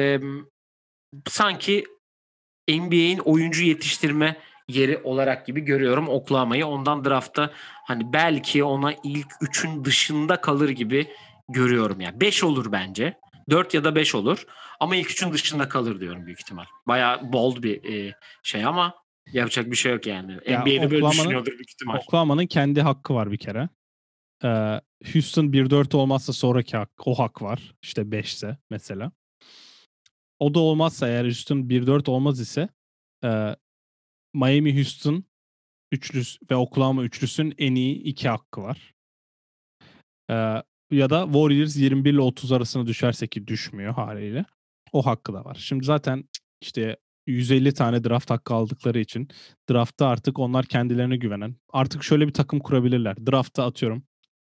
sanki NBA'in oyuncu yetiştirme yeri olarak gibi görüyorum Oklahoma'yı. Ondan draftta hani belki ona ilk 3'ün dışında kalır gibi görüyorum. Yani 5 olur bence. 4 ya da 5 olur. Ama ilk 3'ün dışında kalır diyorum büyük ihtimal. Bayağı bold bir şey ama yapacak bir şey yok yani. Ya NBA'de böyle düşünüyordur büyük ihtimal. Oklahoma'nın kendi hakkı var bir kere. Houston 1-4 olmazsa sonraki o hak var. İşte 5 ise mesela. O da olmazsa, eğer Houston 1-4 olmaz ise e, Miami Houston üçlüsü ve Oklahoma üçlüsünün en iyi 2 hakkı var. E, Ya da Warriors 21 ile 30 arasına düşerse, ki düşmüyor haliyle. O hakkı da var. Şimdi zaten işte 150 tane draft hakkı aldıkları için draftta artık onlar kendilerine güvenen. Artık şöyle bir takım kurabilirler. Draftta atıyorum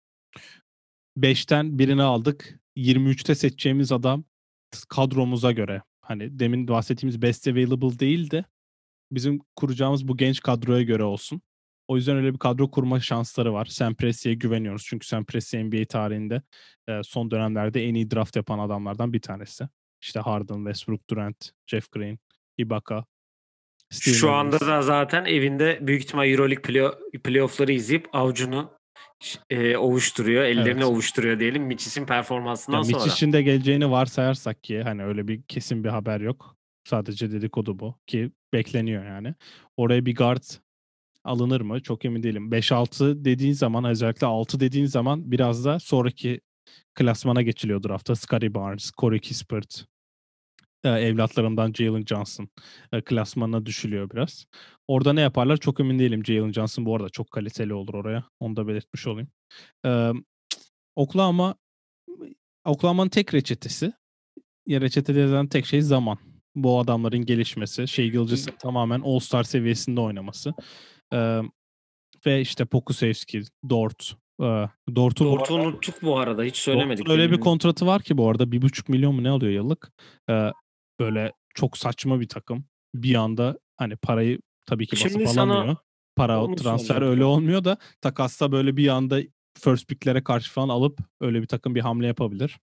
5'ten birini aldık. 23'te seçeceğimiz adam kadromuza göre. Hani demin bahsettiğimiz best available değil de bizim kuracağımız bu genç kadroya göre olsun. O yüzden öyle bir kadro kurma şansları var. Sam Presti'ye güveniyoruz. Çünkü Sam Presti NBA tarihinde son dönemlerde en iyi draft yapan adamlardan bir tanesi. İşte Harden, Westbrook, Durant, Jeff Green, Ibaka, Steven Şu anda Adams. da zaten evinde büyük ihtimal EuroLeague playoff'ları izleyip avucunu ovuşturuyor, ellerini Evet. ovuşturuyor diyelim Mitch'in Ya performansından Mitch sonra. için de geleceğini varsayarsak ki hani öyle bir kesin bir haber yok. Sadece dedikodu bu ki bekleniyor yani. Oraya bir guard alınır mı? Çok emin değilim. 5-6 dediğin zaman, özellikle 6 dediğin zaman biraz da sonraki klasmana geçiliyor draftta. Scottie Barnes, Corey Kispert, evlatlarımdan Jalen Johnson klasmanına düşülüyor biraz. Orada ne yaparlar çok emin değilim. Jalen Johnson bu arada çok kaliteli olur oraya. Onu da belirtmiş olayım. Ee, Oklahoma Oklahoma'nın tek reçetesi, ya reçetede yazan tek şey zaman. Bu adamların gelişmesi, Shai Gilgeous'un tamamen All-Star seviyesinde oynaması. Ee, Ve işte Pokusevski, Dort. Dort'un bu Dort'u arada unuttuk bu arada. Hiç Dort'un söylemedik öyle bir demin. kontratı var ki bu arada 1,5 milyon mu ne alıyor yıllık? Ee, Böyle çok saçma bir takım. Bir anda hani parayı tabii ki basıp Şimdi sana alamıyor. Para onu transfer öyle soracaktım. olmuyor da takasta böyle bir anda first pick'lere karşı falan alıp öyle bir takım bir hamle yapabilir.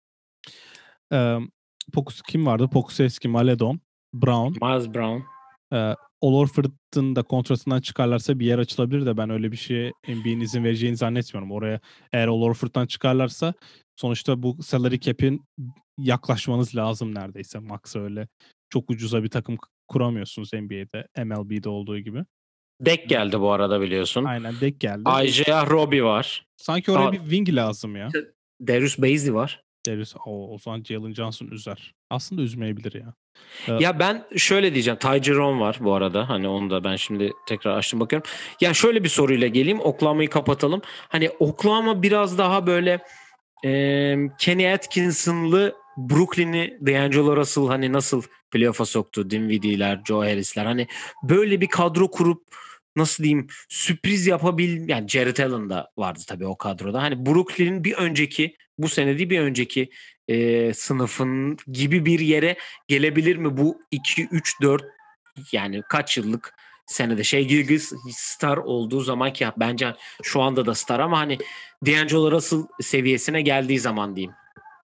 Ee, kim vardı? Pokusevski, Maledon, Brown. Miles Brown. Al Horford'un da kontratından çıkarlarsa bir yer açılabilir de ben öyle bir şeye NBA'nin izin vereceğini zannetmiyorum. Oraya eğer Al Horford'dan çıkarlarsa sonuçta bu salary cap'in yaklaşmanız lazım neredeyse. Max öyle çok ucuza bir takım kuramıyorsunuz NBA'de, MLB'de olduğu gibi. Dek geldi bu arada biliyorsun. Aynen denk geldi. Isaiah Roby var. Sanki oraya Aa, bir wing lazım ya. Darius Bazley var. Deriz o zaman Jalen Johnson üzer. Aslında üzmeyebilir ya. Ee, Ya ben şöyle diyeceğim. Ty Jerome var bu arada. Hani onu da ben şimdi tekrar açtım bakıyorum. Ya şöyle bir soruyla geleyim. Oklahoma'yı kapatalım. Hani Oklahoma biraz daha böyle Kenny Atkinson'lı Brooklyn'i D'Angelo Russell hani nasıl playoff'a soktu Dinwiddie'ler, Joe Harris'ler. Hani böyle bir kadro kurup nasıl diyeyim sürpriz yani Jared Allen da vardı tabii o kadroda. Hani Brooklyn'in bir önceki bu sene değil bir önceki sınıfın gibi bir yere gelebilir mi bu 2 3 4 yani kaç yıllık senede Gilgeous star olduğu zaman ki bence şu anda da star ama hani D'Angelo Russell seviyesine geldiği zaman diyeyim.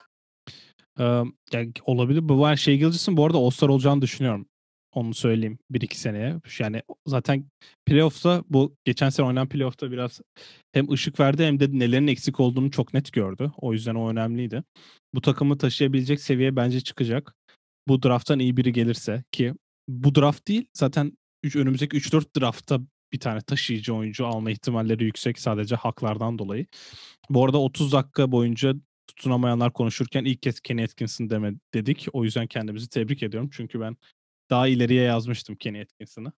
Yani olabilir. Bu ben Gilgeous'un bu arada All-Star olacağını düşünüyorum. Onu söyleyeyim 1-2 seneye. Yani zaten playoff'ta bu geçen sene oynanan playoff'ta biraz hem ışık verdi hem de nelerin eksik olduğunu çok net gördü. O yüzden o önemliydi. Bu takımı taşıyabilecek seviyeye bence çıkacak. Bu drafttan iyi biri gelirse ki bu draft değil zaten önümüzdeki 3-4 draftta bir tane taşıyıcı oyuncu alma ihtimalleri yüksek sadece haklardan dolayı. Bu arada 30 dakika boyunca tutunamayanlar konuşurken ilk kez Kenny Atkinson dedik. O yüzden kendimizi tebrik ediyorum. Çünkü ben daha ileriye yazmıştım Kenny Atkinson'ı.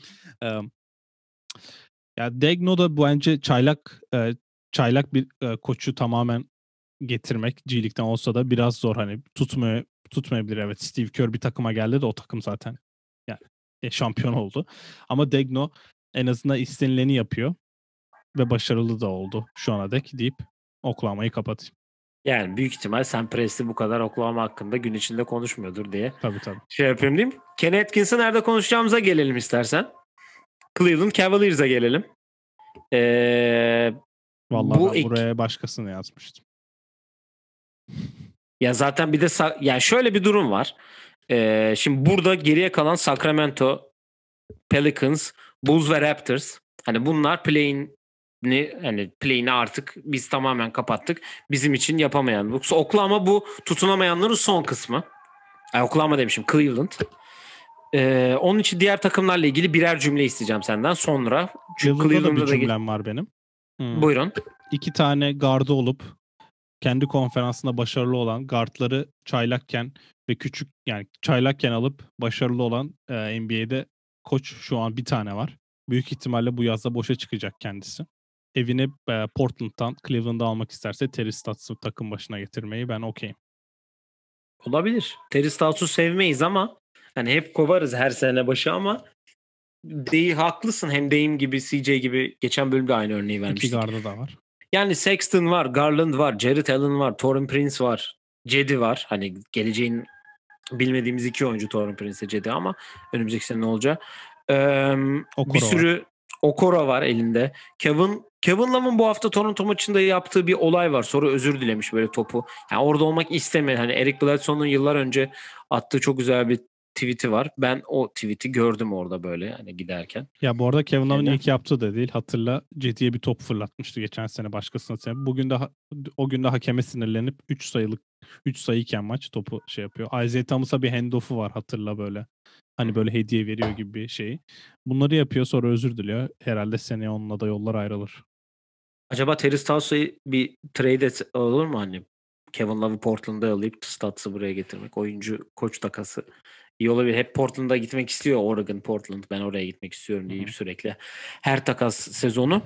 Ya Degno da bence çaylak bir koçu tamamen getirmek G League'den olsa da biraz zor hani tutmayabilir evet. Steve Kerr bir takıma geldi de o takım zaten yani şampiyon oldu. Ama Degno en azından istenileni yapıyor ve başarılı da oldu şu ana dek deyip Oklahoma'yı kapatayım. Yani büyük ihtimal Sam Presti bu kadar Oklahoma hakkında gün içinde konuşmuyordur diye Tabii tabii. yapayım diyeyim. Kenny Atkins'ı nerede konuşacağımıza gelelim istersen. Cleveland Cavaliers'a gelelim. Ee, Vallahi bu ben ek, buraya başkasını yazmıştım. ya zaten bir de yani şöyle bir durum var. Şimdi burada geriye kalan Sacramento, Pelicans, Bulls ve Raptors. Hani bunlar play'ini artık biz tamamen kapattık. Bizim için yapamayan. Yoksa Oklahoma bu tutunamayanların son kısmı. Oklahoma demişim, Cleveland. Onun için diğer takımlarla ilgili birer cümle isteyeceğim senden sonra. Çünkü Cleveland'da da bir Cleveland'da da cümlem var benim. buyurun. 2 tane gardı olup kendi konferansında başarılı olan guardları çaylakken ve küçük yani çaylakken alıp başarılı olan NBA'de koç şu an bir tane var. Büyük ihtimalle bu yazda boşa çıkacak kendisi. Evini Portland'dan Cleveland'a almak isterse Terry Stotts'ı takım başına getirmeyi ben okeyim. Olabilir. Terry Stotts'u sevmeyiz ama Hani hep kovarız her sene başı ama haklısın. Hem Dame gibi, CJ gibi geçen bölümde aynı örneği İki vermiştik. garda da var. Yani Sexton var, Garland var, Jarrett Allen var, Taurean Prince var, Cedi var. Hani geleceğin bilmediğimiz iki oyuncu Taurean Prince, Cedi ama önümüzdeki sene ne olacak? Bir sürü Okoro var elinde. Kevin Love'ın bu hafta Toronto maçında yaptığı bir olay var. Sonra özür dilemiş böyle topu. Yani orada olmak istemedi. Hani Eric Bledsoe'nun yıllar önce attığı çok güzel bir tweet'i var. Ben o tweet'i gördüm orada böyle hani giderken. Ya bu arada Kevin Love'ın Yani. ilk yaptığı da değil. Hatırla Cedi'ye bir top fırlatmıştı geçen sene başkasına. Bugün de o gün de hakeme sinirlenip 3 sayıyken maç topu şey yapıyor. Isaiah Thomas'a bir handoff'u var hatırla böyle. Hani böyle hediye veriyor gibi bir şey. Bunları yapıyor sonra özür diliyor. Herhalde seneye onunla da yollar ayrılır. Acaba Terry Stotts'ı bir trade olur mu hani? Kevin Love'ı Portland'a alıp Stotts'ı buraya getirmek. Oyuncu koç takası. İyi olabilir. Hep Portland'a gitmek istiyor. Oregon, Portland. Ben oraya gitmek istiyorum deyip sürekli. Her takas sezonu.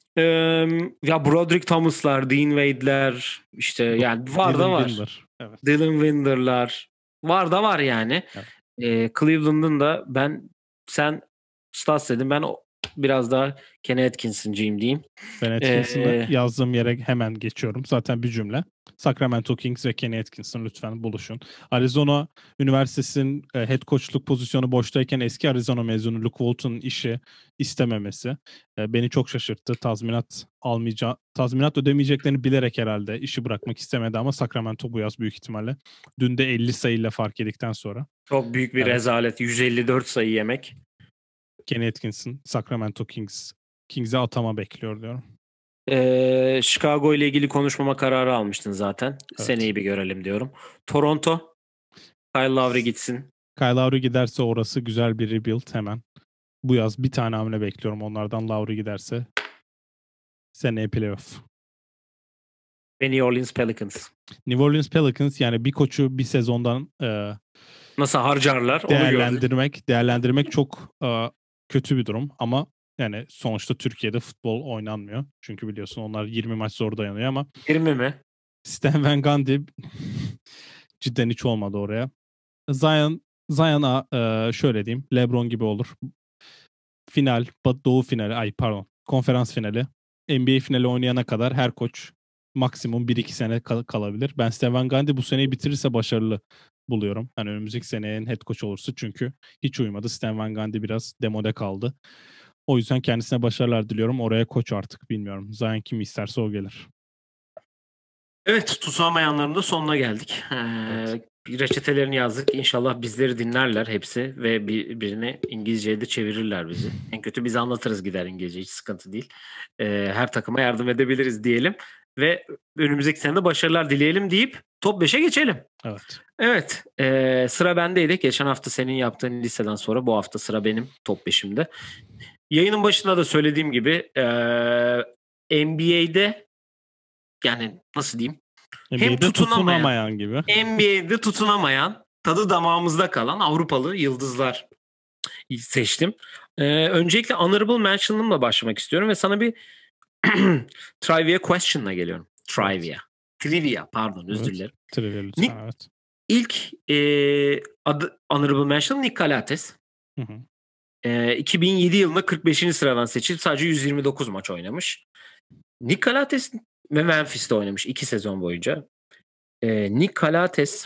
Ya Broderick Thomas'lar, Dean Wade'ler işte yani var da var. Windler. Evet. Dylan Winder'lar. Var da var yani. Evet. Cleveland'ın da sen Stats dedim. Ben biraz daha Kenny Atkinson'cıyım diyeyim. Ben Atkinson'ı yazdığım yere hemen geçiyorum. Zaten bir cümle. Sacramento Kings ve Kenny Atkinson lütfen buluşun. Arizona Üniversitesi'nin head coachluk pozisyonu boştayken eski Arizona mezunu Luke Walton'un işi istememesi beni çok şaşırttı. Tazminat ödemeyeceklerini bilerek herhalde işi bırakmak istemedi ama Sacramento bu yaz büyük ihtimalle. Dün de 50 sayıyla fark yedikten sonra. Çok büyük bir rezalet. 154 sayı yemek. Kenny Atkinson, Sacramento Kings'e atama bekliyor diyorum. Chicago ile ilgili konuşmama kararı almıştın zaten. Evet. Seneyi bir görelim diyorum. Toronto. Kyle Lowry gitsin. Kyle Lowry giderse orası güzel bir rebuild hemen. Bu yaz bir tane hamle bekliyorum onlardan. Lowry giderse seneye playoff. Ve New Orleans Pelicans. New Orleans Pelicans yani bir koçu bir sezondan nasıl harcarlar onu gördük. Değerlendirmek çok kötü bir durum ama yani sonuçta Türkiye'de futbol oynanmıyor. Çünkü biliyorsun onlar 20 maç zor dayanıyor ama 20 mi? Stan Van Gundy cidden hiç olmadı oraya. Zion'a şöyle diyeyim. LeBron gibi olur. Konferans finali. NBA finali oynayana kadar her koç maksimum 1-2 sene kalabilir. Ben Stan Van Gundy bu seneyi bitirirse başarılı buluyorum. Hani önümüzdeki seneye head coach olursa çünkü hiç uymadı. Stan Van Gundy biraz demode kaldı. O yüzden kendisine başarılar diliyorum. Oraya koç artık bilmiyorum. Zion kim isterse o gelir. Evet, tutamayanların da sonuna geldik. Evet. Reçetelerini yazdık. İnşallah bizleri dinlerler hepsi ve birini İngilizceye de çevirirler bizi. En kötü biz anlatırız gider İngilizce. Hiç sıkıntı değil. Her takıma yardım edebiliriz diyelim. Ve önümüzdeki sene de başarılar dileyelim deyip top 5'e geçelim. Evet. Sıra bendeydi. Geçen hafta senin yaptığın listeden sonra bu hafta sıra benim top 5'imde. Yayının başında da söylediğim gibi NBA'de yani nasıl diyeyim? Hem tutunamayan gibi. NBA'de tutunamayan, tadı damağımızda kalan Avrupalı yıldızlar seçtim. Öncelikle Honorable Mention'ımla başlamak istiyorum ve sana bir trivia question'la geliyorum. Trivia, pardon, özür dilerim. Trivia lütfen, evet. İlk Honorable Mention Nick Galates. 2007 yılında 45. sıradan seçilip sadece 129 maç oynamış. Nick Galates ve Memphis'te oynamış 2 sezon boyunca. Nick Galates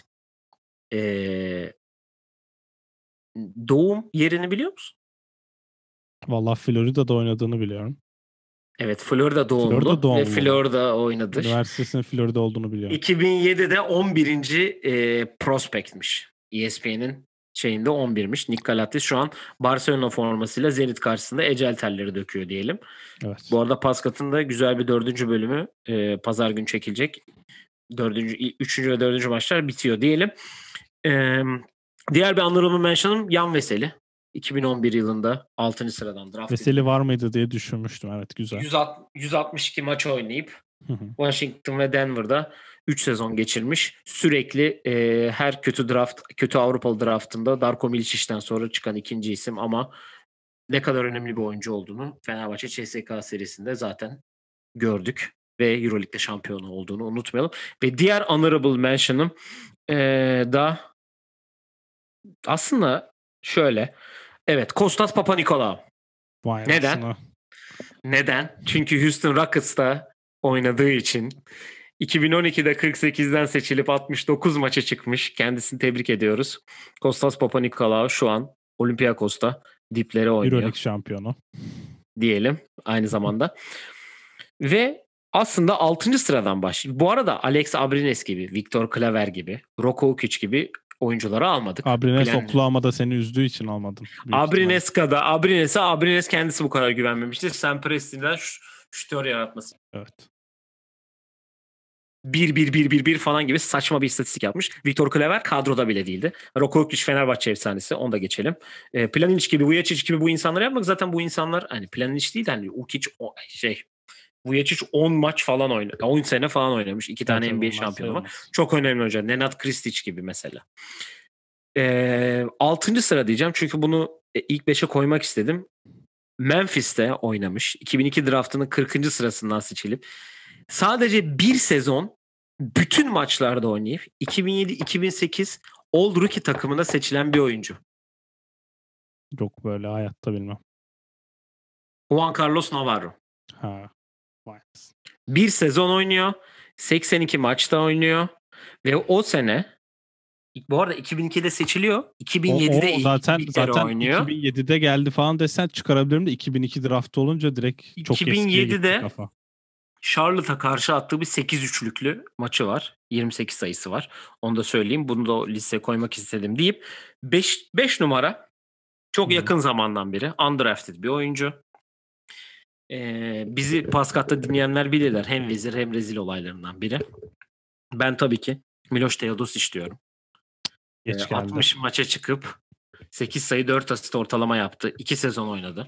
doğum yerini biliyor musun? Vallahi Florida'da oynadığını biliyorum. Evet, Florida doğumlu ve Florida oynadı. Üniversitesinin Florida olduğunu biliyorum. 2007'de 11. Prospect'miş. ESPN'in şeyinde 11'miş. Nick Galates şu an Barcelona formasıyla Zenit karşısında ecel telleri döküyor diyelim. Evet. Bu arada Paskat'ın da güzel bir 4. bölümü pazar günü çekilecek. 3. ve 4. maçlar bitiyor diyelim. Diğer bir honorable mention'ım Yan Veseli. 2011 yılında 6. sıradan draft edildi. Veseli var mıydı diye düşünmüştüm. Evet, güzel. 162 maç oynayıp Washington ve Denver'da 3 sezon geçirmiş. Sürekli her kötü Avrupalı draftında Darko Milicic'ten sonra çıkan ikinci isim ama ne kadar önemli bir oyuncu olduğunu Fenerbahçe CSK serisinde zaten gördük ve Euroleague'de şampiyonu olduğunu unutmayalım. Ve diğer honorable mention'ım da aslında Şöyle. Evet, Kostas Papanikolaou. Vay Neden? anasını. Neden? Çünkü Houston Rockets'ta oynadığı için 2012'de 48'den seçilip 69 maça çıkmış. Kendisini tebrik ediyoruz. Kostas Papanikolaou şu an Olympiakos'ta diplere oynuyor Euroleague şampiyonu. diyelim aynı zamanda. Ve aslında 6. sıradan başlıyor. Bu arada Alex Abrines gibi, Viktor Claver gibi, Roko Ukic gibi oyuncuları almadık. Abrines Oklahoma'da seni üzdüğü için almadın. Abrines kendisi bu kadar güvenmemiştir. Sam Presti'den şütör yaratması. Evet. 1-1-1-1-1 falan gibi saçma bir istatistik yapmış. Viktor Claver kadroda bile değildi. Roko Ukic Fenerbahçe efsanesi. Onu da geçelim. Pjanic gibi, Vujacic gibi bu insanları yapmak. Zaten bu insanlar hani Pjanic değil de hani Ukic Vujacic 10 maç falan oynadı. 10 sene falan oynamış. 2 tane Tabii NBA onlar şampiyonu var. sayılmaz. Çok önemli hocam. Nenad Kristić gibi mesela. 6. sıra diyeceğim çünkü bunu ilk 5'e koymak istedim. Memphis'te oynamış. 2002 draftının 40. sırasından seçilip sadece bir sezon bütün maçlarda oynayıp 2007-2008 All Rookie takımına seçilen bir oyuncu. Yok böyle hayatta bilmem. Juan Carlos Navarro. Ha. Vay. Bir sezon oynuyor. 82 maçta oynuyor. Ve o sene bu arada 2002'de seçiliyor. 2007'de O ilk kere zaten oynuyor. 2007'de geldi falan desen çıkarabilirim de 2002 draft olunca direkt çok eskiye gitti 2007'de kafa. Charlotte'a karşı attığı bir 8-3'lüklü maçı var. 28 sayısı var. Onu da söyleyeyim. Bunu da listeye koymak istedim deyip 5 numara çok yakın zamandan beri undrafted bir oyuncu. Bizi Paskat'ta dinleyenler bilirler. Hem vezir hem rezil olaylarından biri. Ben tabii ki Miloš Teodosić diyorum. Geç geldi. 60 maça çıkıp 8 sayı 4 asist ortalama yaptı. 2 sezon oynadı.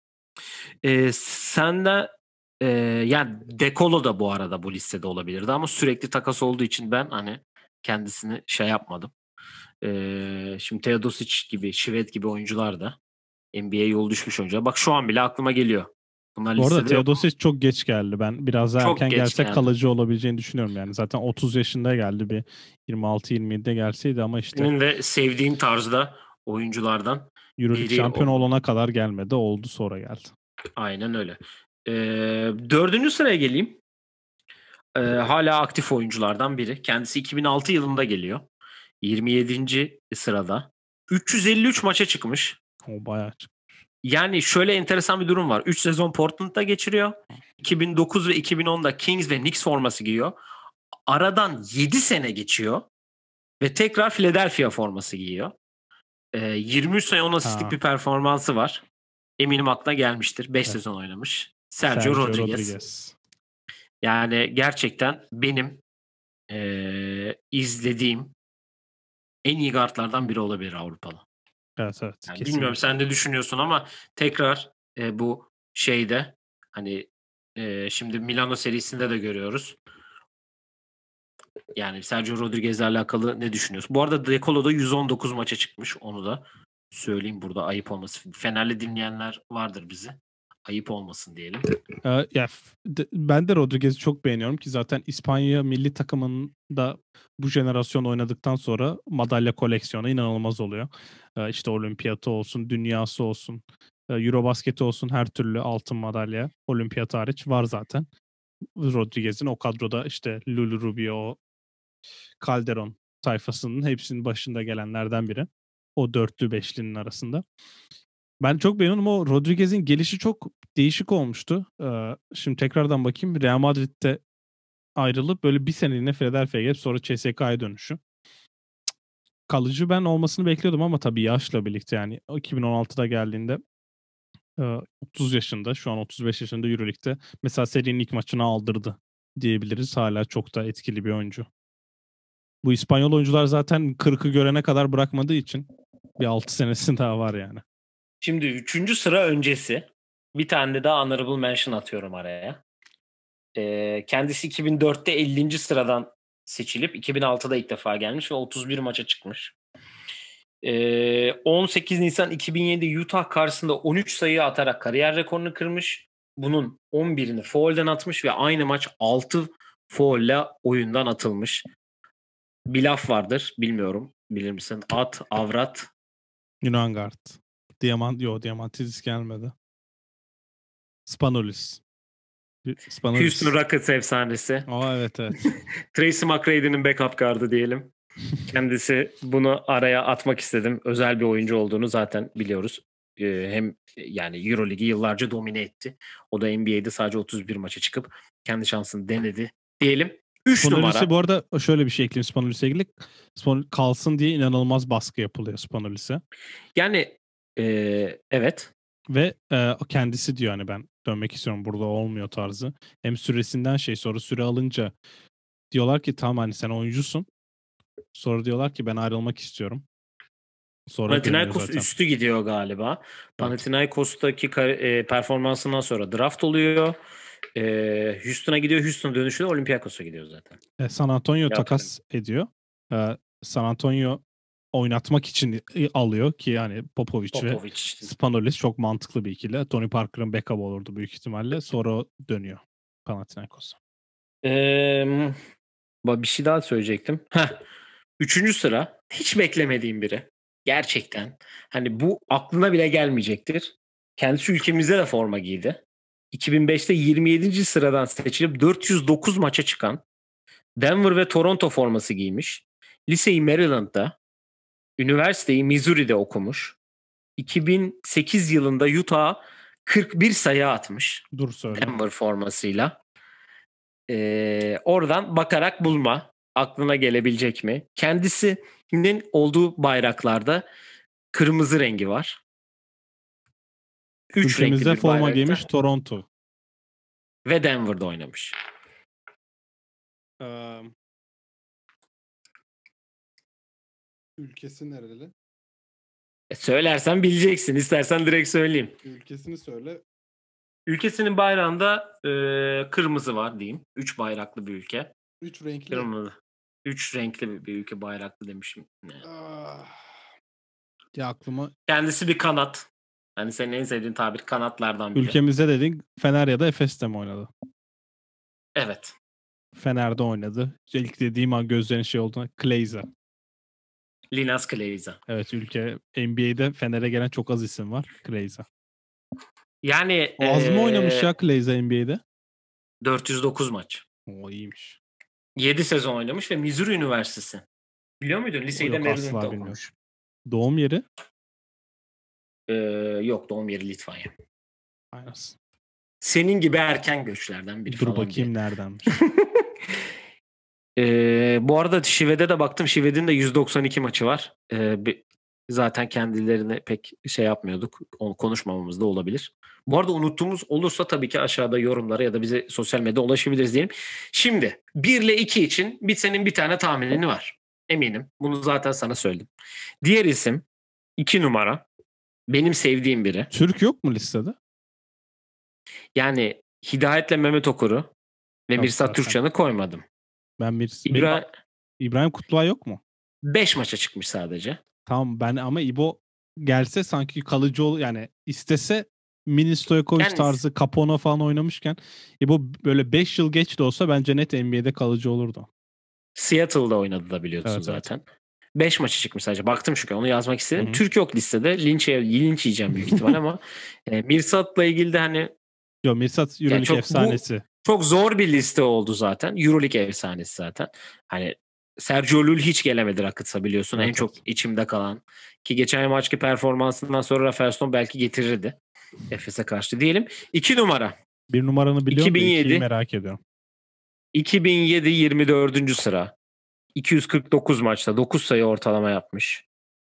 Sen de yani Dekolo da bu arada bu listede olabilirdi ama sürekli takas olduğu için ben hani kendisini şey yapmadım. Şimdi Teodosic gibi, Şivet gibi oyuncular da NBA'ye yol düşmüş oyuncular. Bak şu an bile aklıma geliyor. Bunlar Bu arada listede yok. Teodosic çok geç geldi. Ben biraz daha Çok erken geç gelse geldi. kalıcı olabileceğini düşünüyorum yani. Zaten 30 yaşında geldi, bir 26-27'de gelseydi ama işte Senin de sevdiğin tarzda oyunculardan Euroleague biri şampiyonu oldu. olana kadar gelmedi. Oldu, sonra geldi. Aynen öyle. 4. sıraya geleyim. Hala aktif oyunculardan biri. Kendisi 2006 yılında geliyor. 27. sırada. 353 maça çıkmış. O bayağı Yani şöyle enteresan bir durum var. 3 sezon Portland'da geçiriyor. 2009 ve 2010'da Kings ve Knicks forması giyiyor. Aradan 7 sene geçiyor. Ve tekrar Philadelphia forması giyiyor. 23 sayı 10 asistlik bir performansı var. Eminim aklına gelmiştir. 5 Evet. sezon oynamış. Sergio Sergio Rodriguez. Rodriguez. Yani gerçekten benim izlediğim en iyi guardlardan biri olabilir Avrupalı. Evet evet, Yani bilmiyorum kesinlikle. sen de düşünüyorsun ama tekrar bu şeyde hani şimdi Milano serisinde de görüyoruz. Yani Sergio Rodriguez'le alakalı ne düşünüyorsun? Bu arada De Colo da 119 maça çıkmış. Onu da söyleyeyim burada, ayıp olmasın. Fenerli dinleyenler vardır bizi. Ayıp olmasın diyelim. Ben de Rodriguez'i çok beğeniyorum ki zaten İspanya milli takımında bu jenerasyon oynadıktan sonra madalya koleksiyonu inanılmaz oluyor. İşte olimpiyatı olsun, dünyası olsun, Eurobasket'i olsun, her türlü altın madalya, olimpiyat hariç var zaten. Rodriguez'in o kadroda işte Lulu Rubio, Calderon tayfasının hepsinin başında gelenlerden biri. O dörtlü beşlinin arasında. Ben çok beğeniyorum. O Rodriguez'in gelişi çok değişik olmuştu. Şimdi tekrardan bakayım. Real Madrid'de ayrılıp böyle bir seneliğine Philadelphia'ya gelip sonra CSK'ya dönüşü. Kalıcı ben olmasını bekliyordum ama tabii yaşla birlikte, yani 2016'da geldiğinde 30 yaşında, şu an 35 yaşında Euroleague'de mesela serinin ilk maçını aldırdı diyebiliriz. Hala çok da etkili bir oyuncu. Bu İspanyol oyuncular zaten 40'ı görene kadar bırakmadığı için bir 6 senesi daha var yani. Şimdi 3. sıra öncesi bir tane de daha honorable mention atıyorum araya. Kendisi 2004'te 50. sıradan seçilip 2006'da ilk defa gelmiş ve 31 maça çıkmış. 18 Nisan 2007 Utah karşısında 13 sayı atarak kariyer rekorunu kırmış. Bunun 11'ini foul'den atmış ve aynı maç 6 foul'le oyundan atılmış. Bir laf vardır, bilmiyorum bilir misin? At, avrat, Yunan guard. Diamantidis gelmedi. Spanulis. Houston Spanulis. Rockets efsanesi. Evet. Tracy McGrady'nin backup gardı diyelim. Kendisi bunu araya atmak istedim. Özel bir oyuncu olduğunu zaten biliyoruz. Hem yani Euroligi yıllarca domine etti. O da NBA'de sadece 31 maça çıkıp kendi şansını denedi diyelim. 3 Spanulis'i numara. bu arada şöyle bir şey ekleyeyim Spanulis'e ilgili. Kalsın diye inanılmaz baskı yapılıyor Spanulis'e. Yani evet. Ve kendisi diyor hani ben dönmek istiyorum burada olmuyor tarzı. Hem süresinden sonra süre alınca diyorlar ki tamam hani sen oyuncusun. Sonra diyorlar ki ben ayrılmak istiyorum. Sonra dönüyor Panathinaikos zaten. üstü gidiyor galiba. Evet. Panathinaikos'taki performansından sonra draft oluyor. Houston'a gidiyor. Houston dönüşü de Olympiakos'a gidiyor zaten. San Antonio Ya, takas ediyor. San Antonio oynatmak için alıyor ki yani Popovic ve Popovic. Spanulis çok mantıklı bir ikili. Tony Parker'ın backup olurdu büyük ihtimalle. Sonra o dönüyor Panathinaikos'a. Bir şey daha söyleyecektim. Üçüncü sıra. Hiç beklemediğim biri. Gerçekten. Hani bu aklına bile gelmeyecektir. Kendisi ülkemizde de forma giydi. 2005'te 27. sıradan seçilip 409 maça çıkan Denver ve Toronto forması giymiş. Liseyi Maryland'da, üniversiteyi Missouri'de okumuş. 2008 yılında Utah'a 41 sayı atmış. Dur söyle. Denver formasıyla. Oradan bakarak bulma. Aklına gelebilecek mi? Kendisinin olduğu bayraklarda kırmızı rengi var. 3 renkli Ülkemizde bir forma bayrakta. giymiş Toronto. Ve Denver'da oynamış. Ülkesi nereli? Söylersen bileceksin. İstersen direkt söyleyeyim. Ülkesini söyle. Ülkesinin bayrağında kırmızı var diyeyim. 3 bayraklı bir ülke. 3 renkli. Kırmızı. 3 renkli bir ülke bayraklı demişim. Ya aklıma Kendisi bir kanat. Hani senin en sevdiğin tabir kanatlardan biri. ülkemizde dedin Fener ya da Efes'te mi oynadı? Evet. Fener'de oynadı. İlk dediğim an gözlerin olduğuna Kleiza. Linas Kleiza. Evet NBA'de Fener'e gelen çok az isim var. Kleiza. Yani Az mı oynamış ya Kleiza NBA'de? 409 maç. O iyiymiş. 7 sezon oynamış ve Missouri Üniversitesi. Biliyor muydun? Liseyi de Yok, asla Maryland'da bilmiyorum. okumuş. Doğum yeri? Yok, doğum yeri Litvanya. Aynen. Senin gibi erken göçlerden biri Dur falan bakayım diye. neredenmiş. Bu arada Şive'de de baktım. Şive'nin de 192 maçı var. Zaten kendilerine pek şey yapmıyorduk. Onu konuşmamamız da olabilir. Bu arada unuttuğumuz olursa tabii ki aşağıda yorumlara ya da bize sosyal medyada ulaşabiliriz diyelim. Şimdi 1 ile 2 için senin bir tane tahminini var. Eminim. Bunu zaten sana söyledim. Diğer isim 2 numara. Benim sevdiğim biri. Türk yok mu listede? Yani Hidayet'le Mehmet Okur'u ve Yok Mirsat zaten. Türkçen'i koymadım. İbrahim Kutlay yok mu? 5 maça çıkmış sadece. Tamam ama İbo gelse sanki kalıcı yani istese Mini Stojkovic Kendisi. tarzı Capona falan oynamışken İbo böyle 5 yıl geç de olsa bence net NBA'de kalıcı olurdu. Seattle'da oynadı da biliyorsun Evet, zaten. 5 maçı çıkmış sadece. Baktım çünkü onu yazmak istedim. Hı-hı. Türk yok listede. Linç yiyeceğim büyük ihtimal ama Mirsat'la ilgili de hani Mirsat Euroleague efsanesi. Çok zor bir liste oldu zaten. Euroleague efsanesi zaten. Hani Sergio Llull hiç gelemedi Rockets'a biliyorsun. Evet, en çok içimde kalan. Ki geçen maçki performansından sonra Rafael Stone belki getirirdi. Efes'e karşı diyelim. 2 numara. 1 numaranı biliyorum da 2'yi 2007. merak ediyorum. 2007 24. sıra. 249 maçta 9 sayı ortalama yapmış.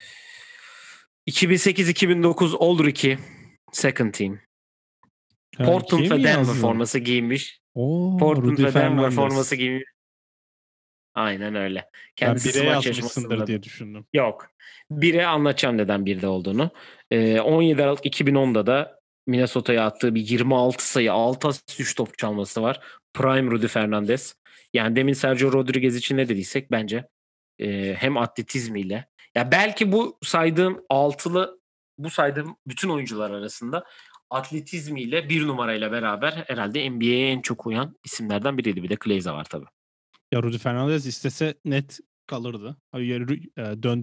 2008-2009 All-Rookie Second Team. Portland ve Denver forması giymiş. Portland Rudy ve Denver Fernandez. forması giymiş. Aynen öyle. Kendisi ben 1'e yazmışsındır diye düşündüm. Yok. 1'e anlatacağım neden 1'de olduğunu. 17 Aralık 2010'da da Minnesota'ya attığı bir 26 sayı 6 asist 3 top çalması var. Prime Rudy Fernandez. Yani demin Sergio Rodriguez için ne dediysek bence hem atletizmiyle. Ya belki bu saydığım bütün oyuncular arasında atletizmiyle 1 numarayla beraber herhalde NBA'ye en çok uyan isimlerden biriydi. Bir de Kleiza var tabii. Ya Rudy Fernandez istese net kalırdı. Döndü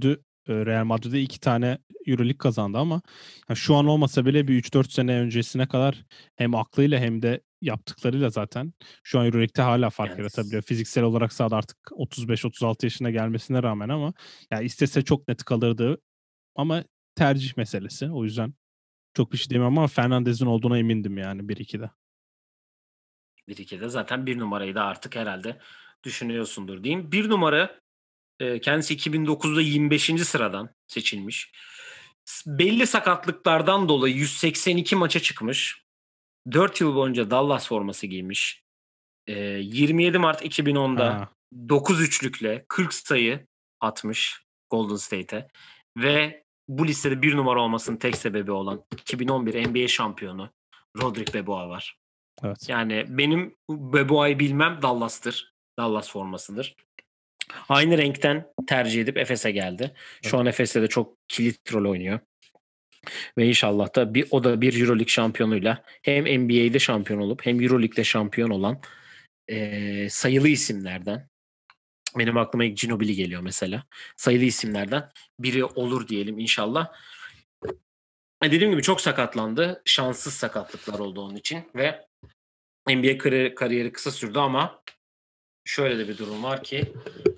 Real Madrid'e 2 tane EuroLeague kazandı ama şu an olmasa bile bir 3-4 sene öncesine kadar hem aklıyla hem de yaptıklarıyla zaten şu an EuroLeague'de hala fark Yani yaratabiliyor. Fiziksel olarak sahada artık 35-36 yaşına gelmesine rağmen ama ya istese çok net kalırdı ama tercih meselesi. O yüzden çok bir şey demiyorum ama Fernandez'in olduğuna emindim yani 1-2'de. 1-2'de zaten bir numarayı da artık herhalde düşünüyorsundur diyeyim. Bir numara kendisi 2009'da 25. sıradan seçilmiş. Belli sakatlıklardan dolayı 182 maça çıkmış. 4 yıl boyunca Dallas forması giymiş. 27 Mart 2010'da Ha, 9 üçlükle 40 sayı atmış Golden State'e. Ve bu listede bir numara olmasının tek sebebi olan 2011 NBA şampiyonu Rodrik Beboa var. evet. Yani benim Beboa'yı bilmem Dallas'tır. Dallas formasıdır. Aynı renkten tercih edip Efes'e geldi. Şu an Efes'te de çok kilit rol oynuyor. Ve inşallah da o da bir EuroLeague şampiyonuyla hem NBA'de şampiyon olup hem EuroLeague'de şampiyon olan sayılı isimlerden, benim aklıma ilk Ginobili geliyor mesela. Sayılı isimlerden biri olur diyelim inşallah. Dediğim gibi çok sakatlandı. Şanssız sakatlıklar oldu onun için ve NBA kariyeri kısa sürdü ama şöyle de bir durum var ki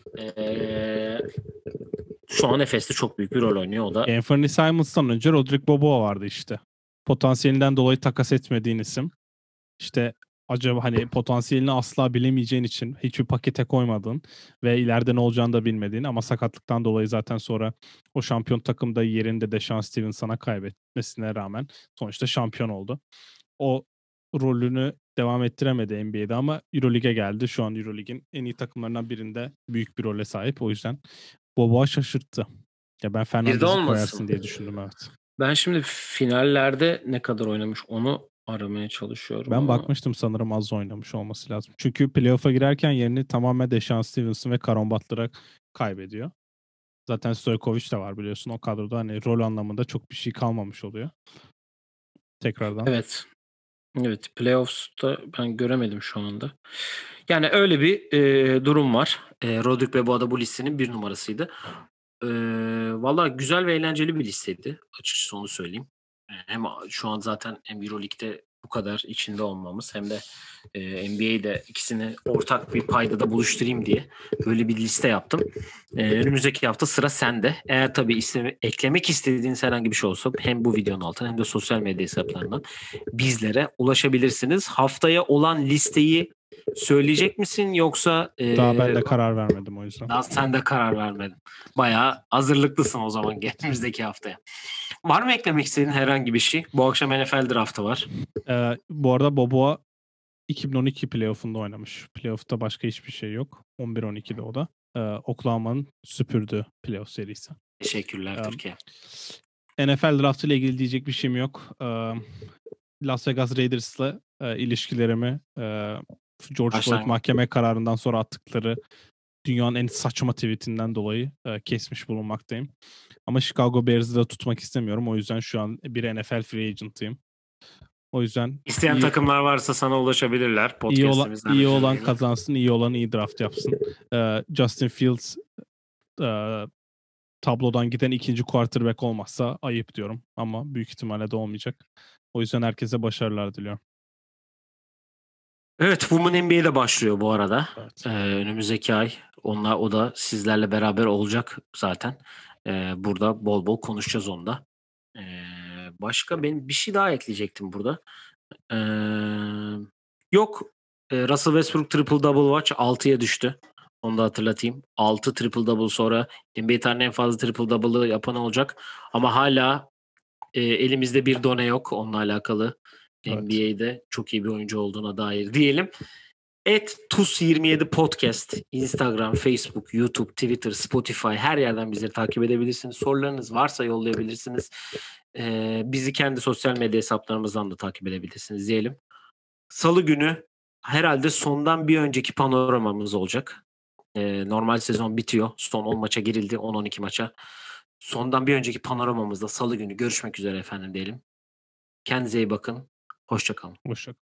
şu an Efes'te çok büyük bir rol oynuyor. O da Anthony Simons'tan önce Rodrik Boboa vardı işte. Potansiyelinden dolayı takas etmediğin isim. İşte acaba hani potansiyelini asla bilemeyeceğin için hiçbir pakete koymadın ve ileride ne olacağını da bilmediğin ama sakatlıktan dolayı zaten sonra o şampiyon takımda yerinde de Sean Stevenson'a kaybetmesine rağmen sonuçta şampiyon oldu. O rolünü devam ettiremedi NBA'de ama EuroLeague'e geldi. Şu an EuroLeague'in en iyi takımlarından birinde büyük bir role sahip. O yüzden Boboa şaşırttı. Ya ben bir de Fernandez'i olmasın. koyarsın diye düşündüm, evet. Ben şimdi finallerde ne kadar oynamış onu aramaya çalışıyorum Ben ama bakmıştım, sanırım az oynamış olması lazım. Çünkü playoff'a girerken yerini tamamen Deşan Stevenson ve Caron Butler'a kaybediyor. Zaten Stojkovic de var biliyorsun o kadroda, hani rol anlamında çok bir şey kalmamış oluyor. Tekrardan. evet. Evet, playoffs'ta ben göremedim şu anda. Yani öyle bir durum var. Rodrik Beboa bu listenin bir numarasıydı. Valla güzel ve eğlenceli bir listeydi. Açıkçası onu söyleyeyim. Hem şu an zaten hem Euroleague'de bu kadar içinde olmamız hem de NBA'de ikisini ortak bir paydada buluşturayım diye böyle bir liste yaptım. Önümüzdeki hafta sıra sende. Eğer tabii eklemek istediğiniz herhangi bir şey olsa hem bu videonun altına hem de sosyal medya hesaplarından bizlere ulaşabilirsiniz. Haftaya olan listeyi söyleyecek misin yoksa Daha ben de karar vermedim o yüzden. daha sen de karar vermedin. Bayağı hazırlıklısın o zaman önümüzdeki haftaya. Var mı eklemek istediğin herhangi bir şey? Bu akşam NFL draftı var. Bu arada Boboa 2012 playoff'unda oynamış. Playoff'ta başka hiçbir şey yok. 11-12'de o da. Oklahoma'nın süpürdüğü playoff serisi. Teşekkürler Türkiye. NFL draftı ile ilgili diyecek bir şeyim yok. Las Vegas Raiders'la ilişkilerimi George Floyd mahkeme kararından sonra attıkları dünyanın en saçma tweetinden dolayı kesmiş bulunmaktayım. Ama Chicago Bears'ı da tutmak istemiyorum. O yüzden şu an bir NFL free agent'ıyım. O yüzden İsteyen takımlar varsa sana ulaşabilirler. iyi olan kazansın, iyi olan iyi draft yapsın. Justin Fields tablodan giden ikinci quarterback olmazsa ayıp diyorum. Ama büyük ihtimalle de olmayacak. O yüzden herkese başarılar diliyorum. Evet, Women NBA'de başlıyor bu arada. Evet. Önümüzdeki ay. O da sizlerle beraber olacak zaten. Burada bol bol konuşacağız onda. Başka ben bir şey daha ekleyecektim burada. Yok. Russell Westbrook triple double watch 6'ya düştü. Onu da hatırlatayım. 6 triple double sonra NBA tarihinin en fazla triple double'ı yapan olacak. Ama hala elimizde bir done yok onunla alakalı. Evet. NBA'de çok iyi bir oyuncu olduğuna dair diyelim. @TUS27 Podcast, Instagram, Facebook, YouTube, Twitter, Spotify her yerden bizleri takip edebilirsiniz. Sorularınız varsa yollayabilirsiniz. Bizi kendi sosyal medya hesaplarımızdan da takip edebilirsiniz diyelim. Salı günü herhalde sondan bir önceki panoramamız olacak. Normal sezon bitiyor. Son 10 maça girildi. 10-12 maça. Sondan bir önceki panoramamızda Salı günü görüşmek üzere efendim diyelim. Kendinize iyi bakın. Hoşça kalın. Hoşça kalın.